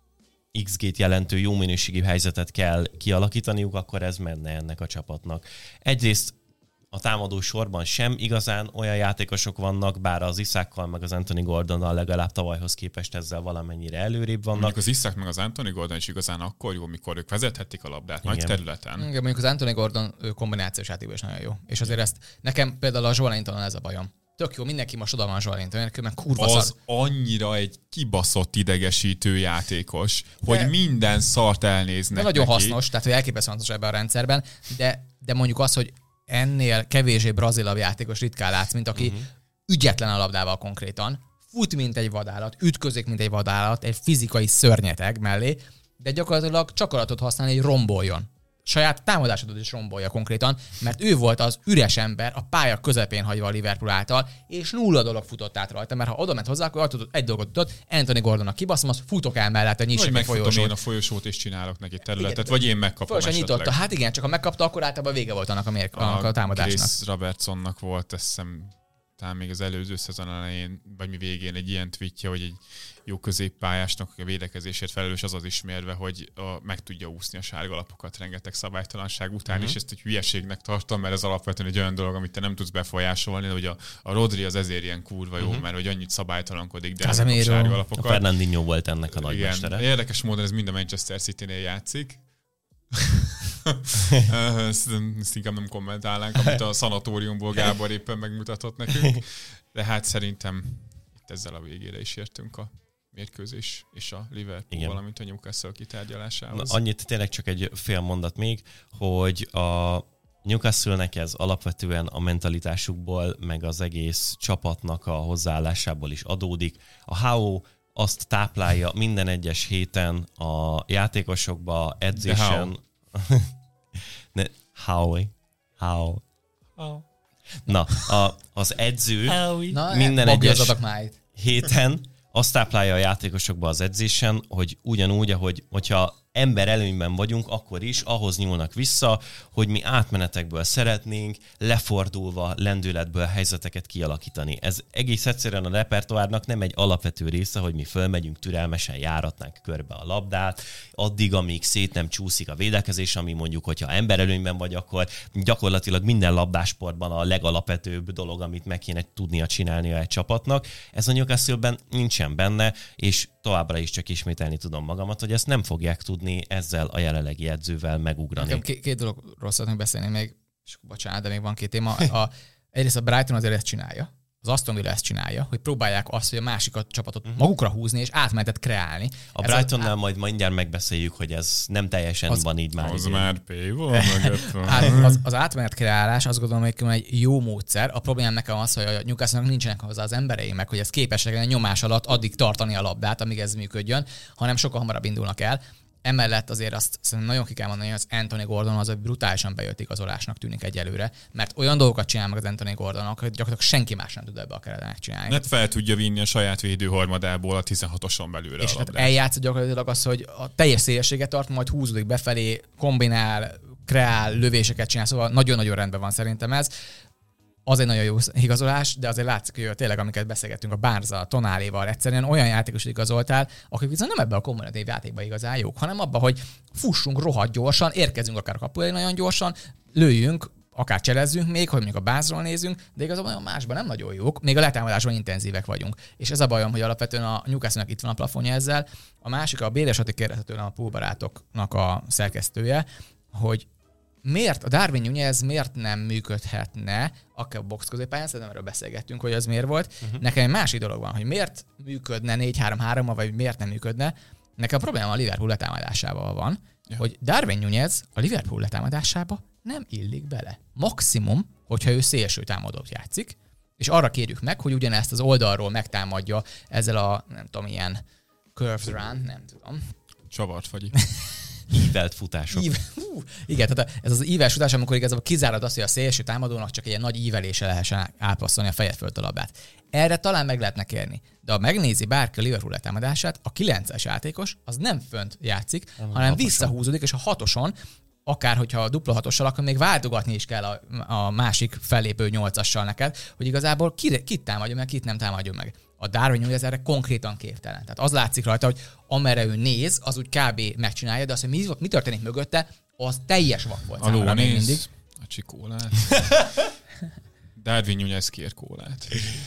XG-t jelentő jó minőségi helyzetet kell kialakítaniuk, akkor ez menne ennek a csapatnak. Egyrészt a támadó sorban sem igazán olyan játékosok vannak, bár az Isákkal meg az Anthony Gordonnal legalább tavalyhoz képest ezzel valamennyire előrébb vannak. Mondjuk az Isák meg az Anthony Gordon is igazán akkor jó, mikor ők vezethették a labdát nagy területen. Igen, mondjuk az Anthony Gordon kombinációs játékban is nagyon jó. És azért ezt nekem például a Joelintonon ez a bajom. Tök jó, mindenki most oda van Joelinton, mert kurva az szar. Annyira egy kibaszott idegesítő játékos, hogy minden szart elnéznek. De nagyon neki. hasznos, tehát hogy elképesztően hasznos ebben a rendszerben, de mondjuk az, hogy ennél kevésbé brazilabb játékos ritkán látsz, mint aki ügyetlen a labdával konkrétan, fut, mint egy vadállat, ütközik, mint egy vadállat, egy fizikai szörnyeteg mellé, de gyakorlatilag csak arra tud használni, hogy romboljon. Saját támadásodot is rombolja konkrétan, mert ő volt az üres ember a pálya közepén hagyva a Liverpool által, és nulla dolog futott át rajta, mert ha oda ment hozzá, akkor egy dolgot tudott, Anthony Gordonnak kibaszom, azt futok el mellette, nyissuk vagy a folyosót. én a folyosót és csinálok neki területet, igen, vagy én megkapom esetleg. Nyitotta. Hát igen, csak ha megkapta, akkor általában vége volt annak a támadásnak. Chris Robertsonnak volt, azt hiszem, talán még az előző szezon elején, vagy mi végén egy ilyen tweetje, hogy egy jó középpályásnak a védekezésért felelős az ismérve, hogy meg tudja úszni a sárgalapokat rengeteg szabálytalanság után, és ezt egy hülyeségnek tartom, mert ez alapvetően egy olyan dolog, amit te nem tudsz befolyásolni, hogy a Rodri az ezért ilyen kurva jó, mert hogy annyit szabálytalankodik, de nem a sárgalapokat. A Fernandinho volt ennek a nagymestere. Érdekes módon ez mind a Manchester City-nél játszik. Ezt inkább nem kommentálnánk, amit a szanatóriumból Gábor éppen megmutatott nekünk. De hát szerintem itt ezzel a végére is értünk a mérkőzés és a Liverpool, valamint a Newcastle kitárgyalásához. Annyit tényleg csak egy fél mondat még, hogy a Newcastle-nek ez alapvetően a mentalitásukból, meg az egész csapatnak a hozzáállásából is adódik. A HO azt táplálja minden egyes héten a játékosokba, edzésen. How? Na, az edző minden egyes héten azt táplálja a játékosokba az edzésen, hogy ugyanúgy, hogyha ember előnyben vagyunk, akkor is ahhoz nyúlnak vissza, hogy mi átmenetekből szeretnénk lefordulva lendületből helyzeteket kialakítani. Ez egész egyszerűen a repertoárnak nem egy alapvető része, hogy mi fölmegyünk, türelmesen járatnánk körbe a labdát, addig, amíg szét nem csúszik a védekezés, ami mondjuk, hogyha ember előnyben vagy, akkor gyakorlatilag minden labdásportban a legalapvetőbb dolog, amit meg kéne tudnia csinálnia egy csapatnak. Ez a Newcastle-ben nincsen benne, és továbbra is csak ismételni tudom magamat, hogy ezt nem fogják tudni ezzel a jelenlegi edzővel megugrani. Nekem két dolog rosszat beszélni még, és bocsánat, de még van két téma. Egyrészt a Brighton azért ezt csinálja, az Aston Villa ezt csinálja, hogy próbálják azt, hogy a másik csapatot magukra húzni, és átmenetet kreálni. A Brightonnál majd mindjárt megbeszéljük, hogy ez nem teljesen van így már. Az már paywall az átmenet kreálás, azt gondolom, hogy egy jó módszer. A problémám nekem az, hogy a Newcastle-nak nincsenek hozzá az emberei, meg hogy ez képesek lenni nyomás alatt addig tartani a labdát, amíg ez működjön, hanem sokkal hamarabb indulnak el. Emellett azért azt szerintem nagyon ki kell mondani, hogy az Anthony Gordon az egy brutálisan bejött igazolásnak tűnik egyelőre, mert olyan dolgokat csinál meg az Anthony Gordonnak, hogy gyakorlatilag senki más nem tud ebbe a keretben megcsinálni. Mert fel tudja vinni a saját védőharmadából a 16-oson belőle. És hát eljátsz gyakorlatilag az, hogy a teljes szélességet tart, majd húzódik befelé, kombinál, kreál, lövéseket csinál, szóval nagyon-nagyon rendben van szerintem ez. Az egy nagyon jó igazolás, de azért látszik, hogy tényleg, amiket beszélgettünk a Barza, a Tonáléval, egyszerűen olyan játékosot igazoltál, akik viszont nem ebben a kombinatív játékban igazán jók, hanem abban, hogy fussunk rohadt gyorsan, érkezünk akár a kapujáig nagyon gyorsan, lőjünk, akár cselezzünk még, hogy mondjuk a bázról nézünk, de igazából nagyon másban nem nagyon jók, még a letámadásban intenzívek vagyunk. És ez a bajom, hogy alapvetően a Newcastle-nek itt van a plafonja ezzel. A másik, a Béres Ati kérdezte tőlem a poolbarátoknak a szerkesztője, hogy miért a Darwin Núñez miért nem működhetne akár a box középpályán, szerintem erről beszélgettünk, hogy az miért volt. Nekem egy másik dolog van, hogy miért működne 4-3-3-mal, vagy miért nem működne. Nekem a probléma a Liverpool letámadásával van, hogy Darwin Núñez a Liverpool letámadásába nem illik bele. Maximum, hogyha ő szélső támadót játszik, és arra kérjük meg, hogy ugyanezt az oldalról megtámadja ezzel a, nem tudom, ilyen curved run, nem tudom. Csavart fagyi. Ívelt futások. Igen, tehát ez az íves futás, amikor igazából kizárad azt, hogy a szélső támadónak csak egy ilyen nagy ívelése lehessen átpasszolni a feje fölött a labdát. Erre talán meg lehetne kérni. De ha megnézi bárki a Liverpool letámadását, a 9-es játékos az nem fönt játszik, hanem visszahúzódik, és a 6-oson, akár hogyha a dupla 6-ossal, akkor még váltogatni is kell a másik fellépő 8-assal neked, hogy igazából kit támadjon meg, kit nem támadjon meg. A Darwin Núñez erre konkrétan képtelen. Tehát az látszik rajta, hogy amerre ő néz, az úgy kb. Megcsinálja, de az, hogy mi történik mögötte, az teljes vak volt számomra még mindig. A csikólát. Darwin Núñez kér kólát.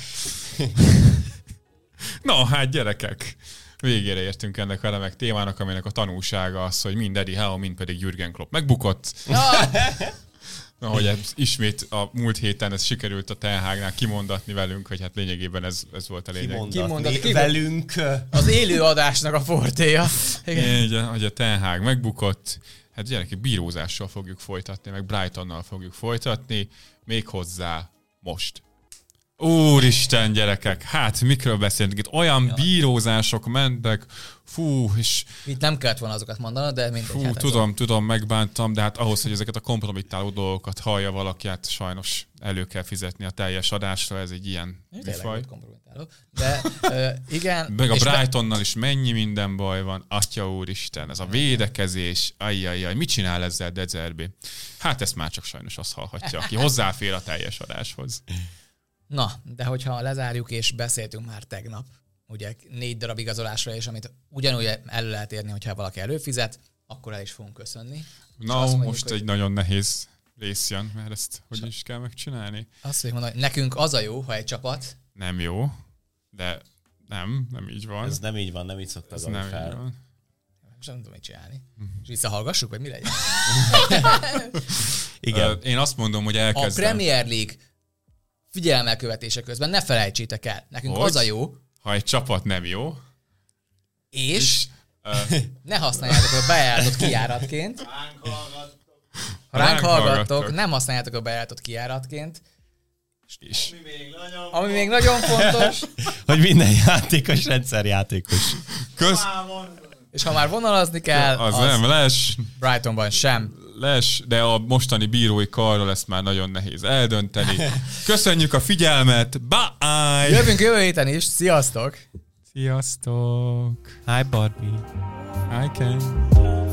Na, hát gyerekek, végére értünk ennek a remek témának, aminek a tanulsága az, hogy mind Eddie Howe, mind pedig Jürgen Klopp megbukott. Ahogy ismét a múlt héten ez sikerült a Ten Hagnál kimondatni velünk, hogy hát lényegében ez volt a lényeg. Kimondatni velünk. Az élő adásnak a fortéja. Igen, hogy a Ten Hag megbukott. Hát gyerekek, bírózással fogjuk folytatni, meg Brightonnal fogjuk folytatni, méghozzá most. Úristen, gyerekek, hát mikről beszélünk? Itt olyan bírózások mentek, fú, és... Itt nem kellett volna azokat mondanod, de mindegy. Fú, hát tudom, megbántam, de hát ahhoz, hogy ezeket a kompromittáló dolgokat hallja valaki, hát sajnos elő kell fizetni a teljes adásra, ez egy ilyen műfaj. De igen. Meg a Brightonnal is mennyi minden baj van, atya úristen, ez a védekezés, ajjajjaj, mit csinál ezzel De Zerbi? Hát ezt már csak sajnos azt hallhatja, aki hozzáfér a teljes adáshoz. Na, de hogyha lezárjuk, és beszéltünk már tegnap, ugye 4 darab igazolásra, és amit ugyanúgy elő lehet érni, hogyha valaki előfizet, akkor el is fogunk köszönni. Na, most egy nagyon nehéz rész jön, mert ezt hogy is kell megcsinálni? Azt fogjuk mondani, hogy nekünk az a jó, ha egy csapat... Nem jó, de nem így van. Ez nem így van, nem így szoktak fel. Így van. Most nem tudom, mit csinálni. És visszahallgassuk, vagy mi legyen? Igen. Én azt mondom, hogy elkezdem. A Premier League figyelemmel követése közben ne felejtsétek el. Nekünk az a jó. Ha egy csapat nem jó. És ne használjátok a bejáratot kijáratként. Ha ránk hallgattok, nem használjátok a bejáratot kijáratként. És ami még nagyon fontos, hogy minden játékos rendszerjátékos. És ha már vonalazni kell, az nem les. Brightonban sem. Les, de a mostani bírói karral ezt már nagyon nehéz eldönteni. Köszönjük a figyelmet, bye! Jövünk jövő héten is, sziasztok! Sziasztok! Hi Barbie! Hi Ken!